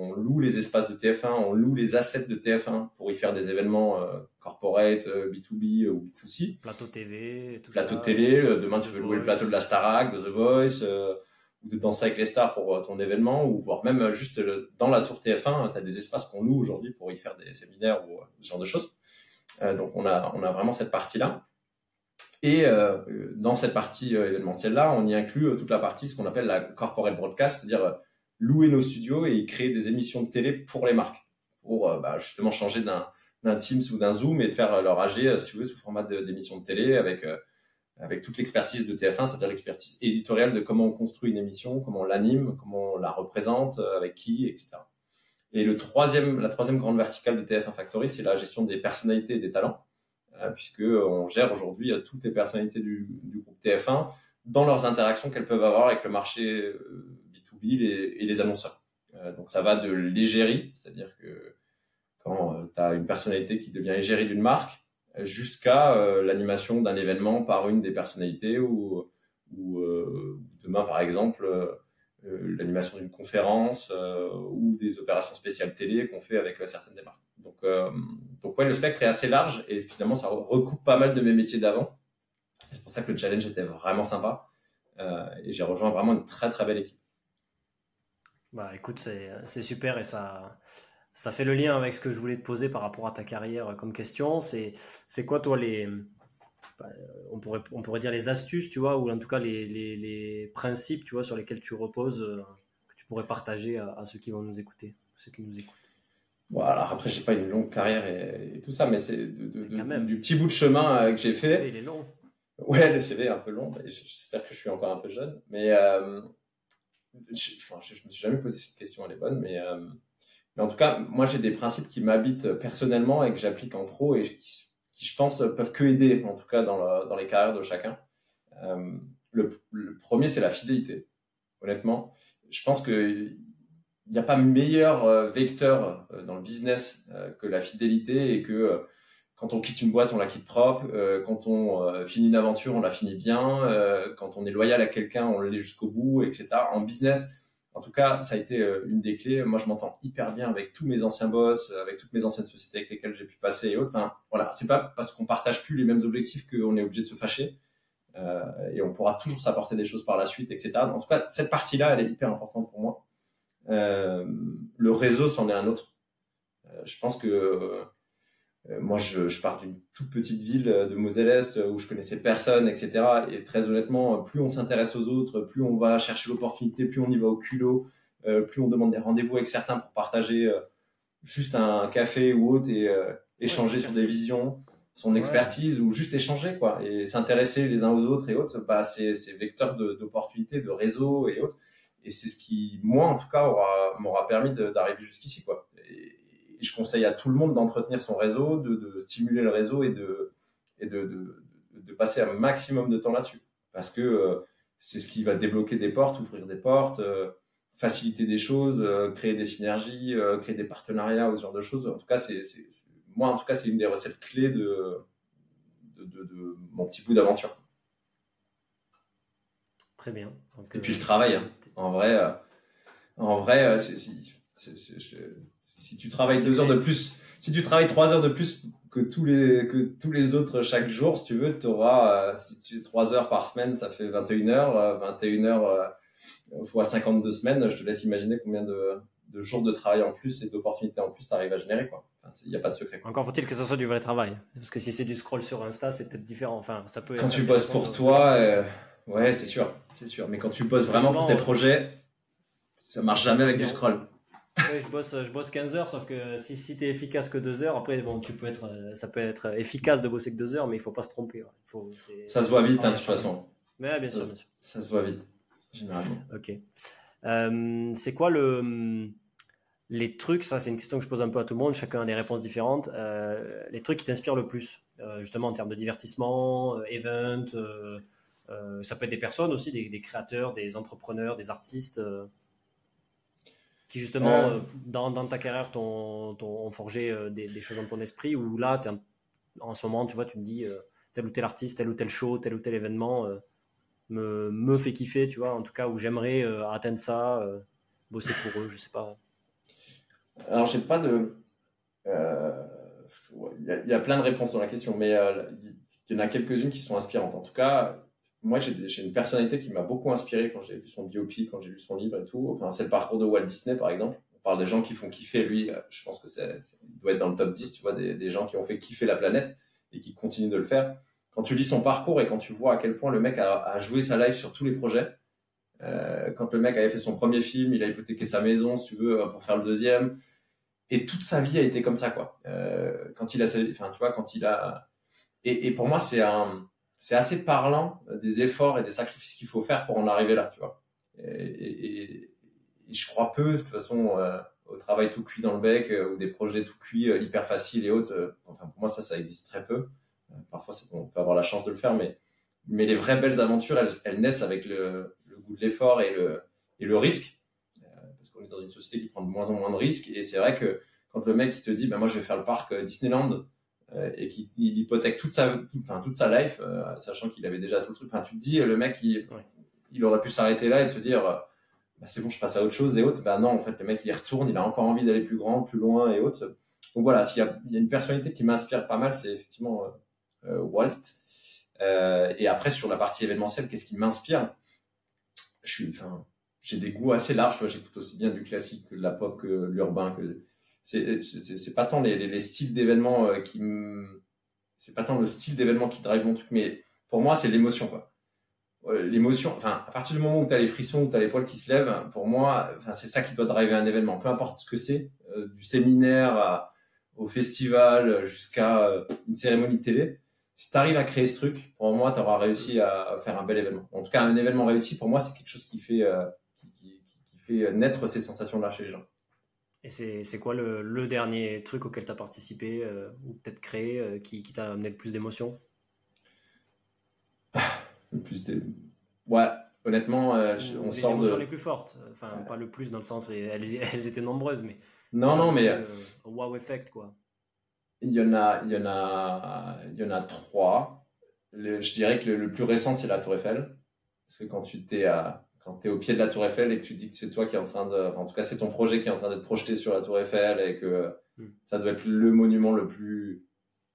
on loue les espaces de T F un, on loue les assets de T F un pour y faire des événements euh, corporate, euh, B deux B euh, ou B deux C. Plateau T V, tout plateau ça. de télé, euh, demain tu The veux louer le Voice. plateau de la Starac, de The Voice, euh, ou de Danser avec les stars pour euh, ton événement, ou voire même euh, juste euh, dans la tour T F un, tu as des espaces qu'on loue aujourd'hui pour y faire des séminaires ou euh, ce genre de choses. Euh, donc on a, on a vraiment cette partie-là. Et euh, dans cette partie euh, événementielle-là, on y inclut euh, toute la partie, ce qu'on appelle la corporate broadcast, c'est-à-dire euh, louer nos studios et y créer des émissions de télé pour les marques, pour euh, bah, justement changer d'un, d'un Teams ou d'un Zoom et de faire euh, leur A G, euh, si tu veux, sous format de, d'émissions de télé avec, euh, avec toute l'expertise de T F un, c'est-à-dire l'expertise éditoriale de comment on construit une émission, comment on l'anime, comment on la représente, euh, avec qui, et cetera. Et le troisième, la troisième grande verticale de T F un Factory, c'est la gestion des personnalités et des talents. Euh, puisque on gère aujourd'hui euh, toutes les personnalités du, du groupe T F un dans leurs interactions qu'elles peuvent avoir avec le marché euh, B deux B les, et les annonceurs. Euh, donc ça va de l'égérie, c'est-à-dire que quand euh, tu as une personnalité qui devient égérie d'une marque, jusqu'à euh, l'animation d'un événement par une des personnalités ou, ou euh, demain par exemple euh, euh, l'animation d'une conférence euh, ou des opérations spéciales télé qu'on fait avec euh, certaines des marques. Donc, euh, donc ouais, le spectre est assez large et finalement ça recoupe pas mal de mes métiers d'avant. C'est pour ça que le challenge était vraiment sympa euh, et j'ai rejoint vraiment une très très belle équipe. Bah écoute, c'est, c'est super et ça, ça fait le lien avec ce que je voulais te poser par rapport à ta carrière comme question. C'est, c'est quoi toi les, bah, on pourrait, on pourrait dire les astuces, tu vois, ou en tout cas les, les, les principes, tu vois, sur lesquels tu reposes, euh, que tu pourrais partager à, à ceux qui vont nous écouter, ceux qui nous écoutent. Bon, alors après, j'ai pas une longue carrière et, et tout ça, mais c'est de, de, Mais de, quand même, du petit bout de chemin euh, que j'ai le C V, fait. il est long. Ouais, le C V est un peu long, mais j'espère que je suis encore un peu jeune. Mais euh, je, enfin, je, je me suis jamais posé cette question, elle est bonne, mais, euh, mais en tout cas, moi j'ai des principes qui m'habitent personnellement et que j'applique en pro et qui, qui, je pense, peuvent que aider, en tout cas dans, la, dans les carrières de chacun. Euh, le, le premier, c'est la fidélité. Honnêtement, je pense que il n'y a pas meilleur euh, vecteur euh, dans le business euh, que la fidélité et que euh, quand on quitte une boîte, on la quitte propre. Euh, quand on euh, finit une aventure, on la finit bien. Euh, quand on est loyal à quelqu'un, on l'est jusqu'au bout, et cetera. En business, en tout cas, ça a été euh, une des clés. Moi, je m'entends hyper bien avec tous mes anciens boss, avec toutes mes anciennes sociétés avec lesquelles j'ai pu passer et autres. Enfin, voilà, c'est pas parce qu'on partage plus les mêmes objectifs qu'on est obligé de se fâcher. Euh, et on pourra toujours s'apporter des choses par la suite, et cetera. En tout cas, cette partie-là, elle est hyper importante pour moi. Euh, le réseau, c'en est un autre. Euh, je pense que euh, moi, je, je pars d'une toute petite ville de Moselle-Est où je connaissais personne, et cetera. Et très honnêtement, plus on s'intéresse aux autres, plus on va chercher l'opportunité, plus on y va au culot, euh, plus on demande des rendez-vous avec certains pour partager euh, juste un café ou autre et euh, échanger Ouais, sur des visions, son ouais. expertise ou juste échanger quoi et s'intéresser les uns aux autres et autres. Bah, c'est, c'est vecteur de, d'opportunités, de réseau et autres. Et c'est ce qui, moi, en tout cas, aura, m'aura permis de, d'arriver jusqu'ici, quoi. Et, et je conseille à tout le monde d'entretenir son réseau, de, de stimuler le réseau et de, et de, de, de passer un maximum de temps là-dessus. Parce que euh, c'est ce qui va débloquer des portes, ouvrir des portes, euh, faciliter des choses, euh, créer des synergies, euh, créer des partenariats ou ce genre de choses. En tout cas, c'est, c'est, c'est moi, en tout cas, c'est une des recettes clés de, de, de, de mon petit bout d'aventure. Très bien. Donc, et puis euh, le travail, hein. En vrai, euh, en vrai, euh, c'est, c'est, c'est, c'est, je, si tu travailles deux heures de plus, si tu travailles trois heures de plus que tous les que tous les autres chaque jour, si tu veux, tu auras euh, si tu trois heures par semaine, ça fait vingt et une heures, euh, vingt et une heures euh, fois cinquante-deux semaines. Je te laisse imaginer combien de de jours de travail en plus et d'opportunités en plus tu arrives à générer quoi. Enfin, il n'y a pas de secret. Quoi. Encore faut-il que ce soit du vrai travail, parce que si c'est du scroll sur Insta, c'est peut-être différent. Enfin, ça peut. Quand Être tu bosses pour toi, euh, ouais, c'est sûr, c'est sûr. Mais quand tu bosses vraiment souvent, pour tes projets, ça marche jamais avec du scroll. Oui, je bosse, je bosse quinze heures, sauf que si, si tu es efficace que deux heures, après, bon, tu peux être, ça peut être efficace de bosser que deux heures, mais il faut pas se tromper. Ouais. Il faut, c'est, ça se voit vite, hein, de toute façon. Mais bien ça, sûr, bien sûr. Ça se voit vite, généralement. Ok. Euh, c'est quoi le, les trucs, ça c'est une question que je pose un peu à tout le monde, chacun a des réponses différentes, euh, les trucs qui t'inspirent le plus, euh, justement en termes de divertissement, euh, event, euh, euh, ça peut être des personnes aussi, des, des créateurs, des entrepreneurs, des artistes. Euh, qui justement euh... dans, dans ta carrière t'ont, t'ont forgé euh, des, des choses dans ton esprit, ou là un, en ce moment tu vois tu te dis euh, tel ou tel artiste, tel ou tel show, tel ou tel événement euh, me, me fait kiffer, tu vois, en tout cas où j'aimerais euh, atteindre ça, euh, bosser pour eux, je sais pas. Alors, j'ai pas de. euh, Il y, a, il y a plein de réponses dans la question, mais euh, il y en a quelques-unes qui sont inspirantes. En tout cas, moi, j'ai, des- j'ai une personnalité qui m'a beaucoup inspiré quand j'ai vu son biopic, quand j'ai lu son livre et tout. Enfin, c'est le parcours de Walt Disney, par exemple. On parle des gens qui font kiffer. Lui, euh, je pense que c'est, c'est- il doit être dans le top dix, tu vois, des, des gens qui ont fait kiffer la planète et qui continuent de le faire. Quand tu lis son parcours et quand tu vois à quel point le mec a, a joué sa life sur tous les projets, euh, quand le mec avait fait son premier film, il a hypothéqué sa maison, si tu veux, pour faire le deuxième. Et toute sa vie a été comme ça, quoi. Euh, quand il a, enfin, tu vois, quand il a, et, et pour moi, c'est un, c'est assez parlant euh, des efforts et des sacrifices qu'il faut faire pour en arriver là, tu vois. Et, et, et je crois peu, de toute façon, euh, au travail tout cuit dans le bec euh, ou des projets tout cuits euh, hyper faciles et autres. Euh, enfin, pour moi, ça, ça existe très peu. Euh, parfois, c'est, on peut avoir la chance de le faire, mais, mais les vraies belles aventures, elles, elles naissent avec le, le goût de l'effort et le, et le risque. Euh, parce qu'on est dans une société qui prend de moins en moins de risques. Et c'est vrai que quand le mec il te dit, bah, moi, je vais faire le parc euh, Disneyland, euh, et qui il hypothèque toute sa, toute, enfin, toute sa life, euh, sachant qu'il avait déjà tout le truc. Enfin, tu te dis, le mec, il, Ouais. il aurait pu s'arrêter là et de se dire, euh, bah, c'est bon, je passe à autre chose et autres. Bah non, en fait, le mec, il y retourne, il a encore envie d'aller plus grand, plus loin et autres. Donc voilà, s'il y a, il y a une personnalité qui m'inspire pas mal, c'est effectivement euh, euh, Walt. Euh, et après, sur la partie événementielle, qu'est-ce qui m'inspire? Je suis, enfin, j'ai des goûts assez larges. Tu vois, j'écoute aussi bien du classique que de la pop, que de l'urbain, que c'est, c'est, c'est pas tant les, les, les styles d'événements euh, qui me, c'est pas tant le style d'événement qui drive mon truc, mais pour moi, c'est l'émotion, quoi. Euh, L'émotion, enfin, à partir du moment où tu as les frissons, où tu as les poils qui se lèvent, pour moi, enfin, c'est ça qui doit driver un événement. Peu importe ce que c'est, euh, du séminaire à- au festival jusqu'à euh, une cérémonie de télé. Si tu arrives à créer ce truc, pour moi, tu auras réussi à, à faire un bel événement. En tout cas, un événement réussi, pour moi, c'est quelque chose qui fait, euh, qui, qui, qui, qui fait naître ces sensations-là chez les gens. Et c'est, c'est quoi le, le dernier truc auquel tu as participé euh, ou peut-être créé euh, qui, qui t'a amené le plus d'émotions? Le plus des... Ouais, honnêtement, euh, je- on Ou les sort émotions les de... plus fortes? Enfin, pas le plus dans le sens, et elles, elles étaient nombreuses, mais Non, voilà, non, le mais truc euh, wow effect, quoi. Il y en a, il y en a, il y en a trois. Le- je dirais que le, le plus récent, c'est la Tour Eiffel. Parce que quand tu t'es à, quand t'es au pied de la Tour Eiffel et que tu te dis que c'est toi qui est en train de, enfin, en tout cas, c'est ton projet qui est en train d'être projeté sur la Tour Eiffel et que Hmm. ça doit être le monument le plus,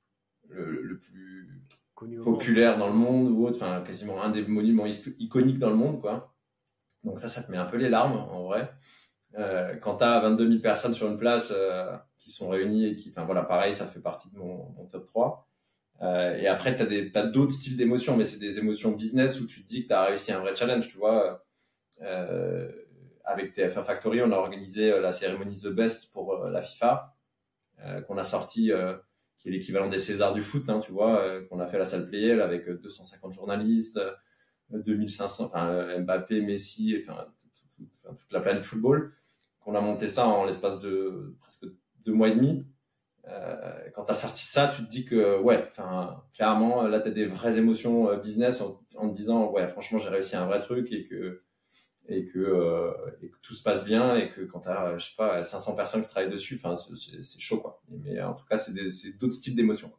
le, le plus Connu au monde, quoi. populaire dans le monde ou autre, enfin, quasiment un des monuments histo- iconiques dans le monde, quoi. Donc ça, ça te met un peu les larmes, en vrai. Euh, quand tu as vingt-deux mille personnes sur une place euh, qui sont réunies et qui, enfin voilà, pareil, ça fait partie de mon, mon top trois. Euh, et après, tu as, des, t'as d'autres styles d'émotions, mais c'est des émotions business où tu te dis que tu as réussi un vrai challenge, tu vois. Euh, avec T F un Factory, on a organisé euh, la cérémonie The Best pour euh, la FIFA, euh, qu'on a sorti, euh, qui est l'équivalent des Césars du foot, hein, tu vois, euh, qu'on a fait à la salle Playel avec euh, deux cent cinquante journalistes, euh, deux mille cinq cents, enfin, euh, Mbappé, Messi, enfin, tout- tout- tout- enfin, toute la planète football, qu'on a monté ça en l'espace de presque deux mois et demi. Euh, quand tu as sorti ça, tu te dis que, ouais, enfin, clairement, là, tu as des vraies émotions euh, business en, en te disant, ouais, franchement, j'ai réussi un vrai truc et que, et que, euh, et que tout se passe bien et que quand tu as, je sais pas, cinq cents personnes qui travaillent dessus, enfin, c'est, c'est c'est chaud, quoi. Mais en tout cas, c'est, des, c'est d'autres styles d'émotions.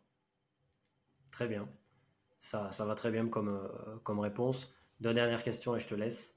Très bien. Ça, ça va très bien comme, euh, comme réponse. Deux dernières questions et je te laisse.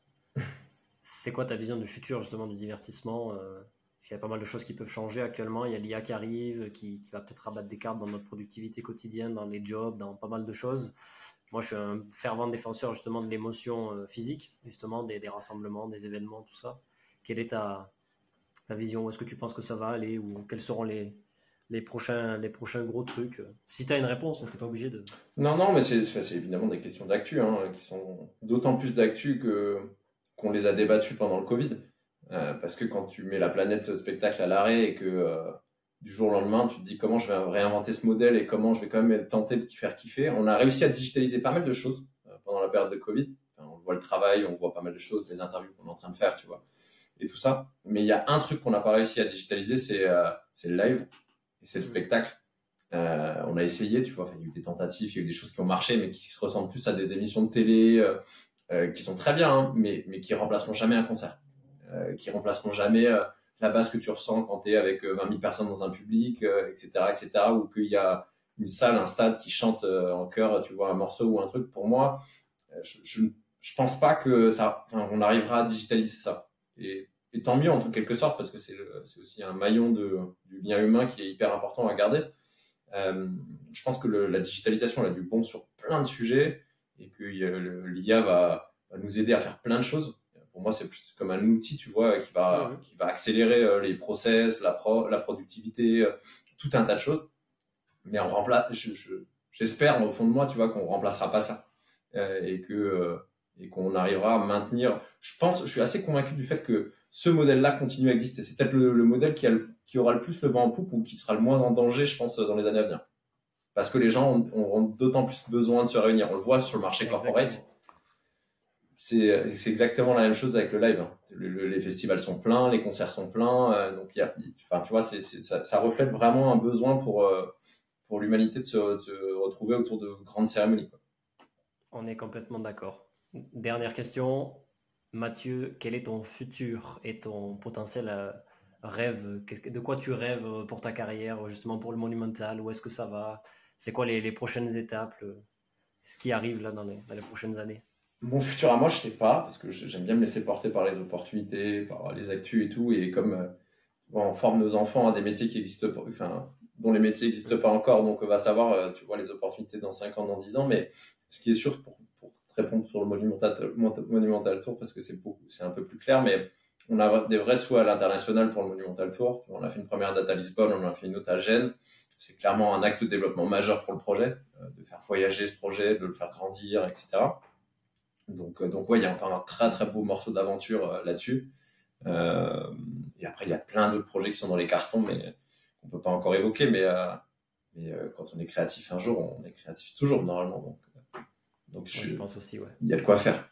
C'est quoi ta vision du futur justement du divertissement euh, Parce qu'il y a pas mal de choses qui peuvent changer actuellement. Il y a l'I A qui arrive, qui, qui va peut-être rabattre des cartes dans notre productivité quotidienne, dans les jobs, dans pas mal de choses. Moi, je suis un fervent défenseur justement de l'émotion euh, physique, justement des, des rassemblements, des événements, tout ça. Quelle est ta, ta vision? Où est-ce que tu penses que ça va aller? Ou quels seront les, les, prochains, les prochains gros trucs? Si tu as une réponse, tu n'es pas obligé de... Non, non, mais c'est, c'est c'est évidemment des questions d'actu, hein, qui sont d'autant plus d'actu que, qu'on les a débattues pendant le Covid. Euh, parce que quand tu mets la planète spectacle à l'arrêt et que euh, du jour au lendemain, tu te dis comment je vais réinventer ce modèle et comment je vais quand même tenter de faire kiffer. On a réussi à digitaliser pas mal de choses euh, pendant la période de Covid. Enfin, on voit le travail, on voit pas mal de choses, les interviews qu'on est en train de faire, tu vois, et tout ça. Mais il y a un truc qu'on n'a pas réussi à digitaliser, c'est euh, c'est le live et c'est le Hmm. spectacle. Euh, on a essayé, tu vois, enfin, il y a eu des tentatives, il y a eu des choses qui ont marché, mais qui se ressemblent plus à des émissions de télé euh, euh, qui sont très bien, hein, mais, mais qui remplaceront jamais un concert, euh, qui remplaceront jamais euh, la base que tu ressens quand tu es avec euh, vingt mille personnes dans un public, euh, et cetera, et cetera, ou qu'il y a une salle, un stade qui chante euh, en chœur, tu vois, un morceau ou un truc. Pour moi, euh, je, je, je pense pas que ça, enfin, on arrivera à digitaliser ça. Et et tant mieux en quelque sorte, parce que c'est, le, c'est aussi un maillon de, du lien humain qui est hyper important à garder. Euh, je pense que le, la digitalisation elle a du bon sur plein de sujets et que le, l'I A va, va nous aider à faire plein de choses. Pour moi, c'est plus comme un outil, tu vois, qui va, ouais. qui va accélérer euh, les process, la, pro, la productivité, euh, tout un tas de choses. Mais on remplace, je, je, j'espère au fond de moi, tu vois, qu'on remplacera pas ça euh, et que euh, et qu'on arrivera à maintenir. Je pense, je suis assez convaincu du fait que ce modèle-là continue à exister. C'est peut-être le, le modèle qui, a le, qui aura le plus le vent en poupe ou qui sera le moins en danger, je pense, dans les années à venir. Parce que les gens auront d'autant plus besoin de se réunir. On le voit sur le marché corporate. C'est, c'est exactement la même chose avec le live. Hein. Le, le, les festivals sont pleins, les concerts sont pleins. Euh, donc, y a, y, enfin, tu vois, c'est, c'est, ça, ça reflète vraiment un besoin pour, euh, pour l'humanité de se, de se retrouver autour de grandes cérémonies, quoi. On est complètement d'accord. Dernière question. Mathieu, quel est ton futur et ton potentiel euh, rêve? De quoi tu rêves pour ta carrière, justement pour le Monumental? Où est-ce que ça va? C'est quoi les, les prochaines étapes? le, Ce qui arrive là dans les, dans les prochaines années? Mon futur à moi, je sais pas, parce que j'aime bien me laisser porter par les opportunités, par les actus et tout, et comme euh, on forme nos enfants à des métiers qui existent pas, enfin, dont les métiers n'existent pas encore, donc on va savoir, euh, tu vois, les opportunités dans cinq ans, dans dix ans, mais ce qui est sûr, pour, pour te répondre sur le Monumental, Monumental Tour, parce que c'est, beaucoup, c'est un peu plus clair, mais on a des vrais souhaits à l'international pour le Monumental Tour. On a fait une première date à Lisbonne, on en a fait une autre à Gênes. C'est clairement un axe de développement majeur pour le projet, euh, de faire voyager ce projet, de le faire grandir, et cetera. Donc, donc ouais, il y a encore un très très beau morceau d'aventure euh, là-dessus. Euh, et après, il y a plein d'autres projets qui sont dans les cartons, mais qu'on peut pas encore évoquer. Mais, euh, mais euh, quand on est créatif un jour, on est créatif toujours normalement. Donc, euh, donc je, ouais, je pense aussi, ouais. Il y a de quoi faire.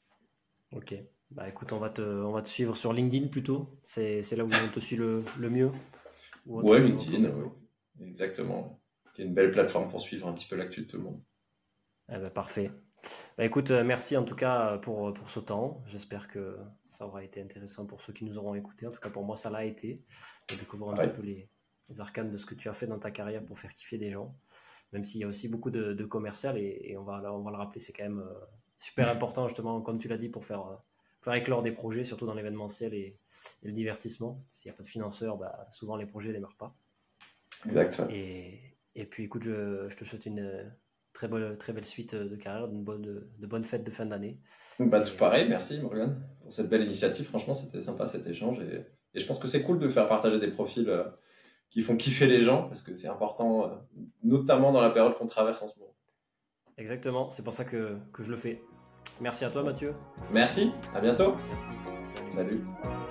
Ok. Bah écoute, on va te, on va te suivre sur LinkedIn plutôt. C'est, c'est là où on te suit le, le mieux. Ouais, LinkedIn, oui. Exactement. C'est une belle plateforme pour suivre un petit peu l'actu de tout le monde. Eh ben, parfait. Bah écoute, euh, merci en tout cas pour, pour ce temps. J'espère que ça aura été intéressant pour ceux qui nous auront écoutés. En tout cas, pour moi, ça l'a été. De découvrir un ouais. petit peu les, les arcanes de ce que tu as fait dans ta carrière pour faire kiffer des gens. Même s'il y a aussi beaucoup de, de commercial et, et on, va, on va le rappeler, c'est quand même euh, super important, justement, comme tu l'as dit, pour faire, euh, faire éclore des projets, surtout dans l'événementiel et, et le divertissement. S'il n'y a pas de financeurs, bah, souvent les projets ne démarrent pas. Exact. Et, et puis écoute, je, je te souhaite une très belle, très belle suite de carrière, une bonne, de bonnes fêtes de fin d'année. Bah, tout et, pareil, merci Morgane pour cette belle initiative. Franchement, c'était sympa cet échange. Et, et je pense que c'est cool de faire partager des profils euh, qui font kiffer les gens, parce que c'est important, euh, notamment dans la période qu'on traverse en ce moment. Exactement, c'est pour ça que, que je le fais. Merci à toi Mathieu. Merci, à bientôt. Merci. Salut. Salut.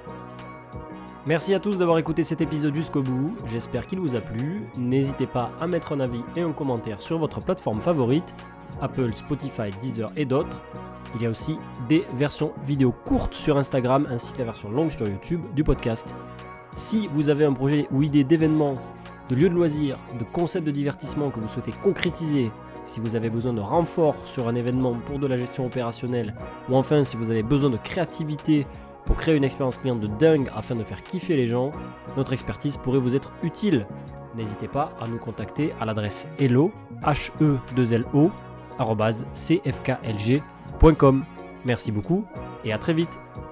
Merci à tous d'avoir écouté cet épisode jusqu'au bout, j'espère qu'il vous a plu. N'hésitez pas à mettre un avis et un commentaire sur votre plateforme favorite, Apple, Spotify, Deezer et d'autres. Il y a aussi des versions vidéo courtes sur Instagram ainsi que la version longue sur YouTube du podcast. Si vous avez un projet ou idée d'événement, de lieu de loisirs, de concept de divertissement que vous souhaitez concrétiser, si vous avez besoin de renfort sur un événement pour de la gestion opérationnelle, ou enfin si vous avez besoin de créativité pour créer une expérience client de dingue afin de faire kiffer les gens, notre expertise pourrait vous être utile. N'hésitez pas à nous contacter à l'adresse hello, h e deux l o arobase c f k l g point com. Merci beaucoup et à très vite.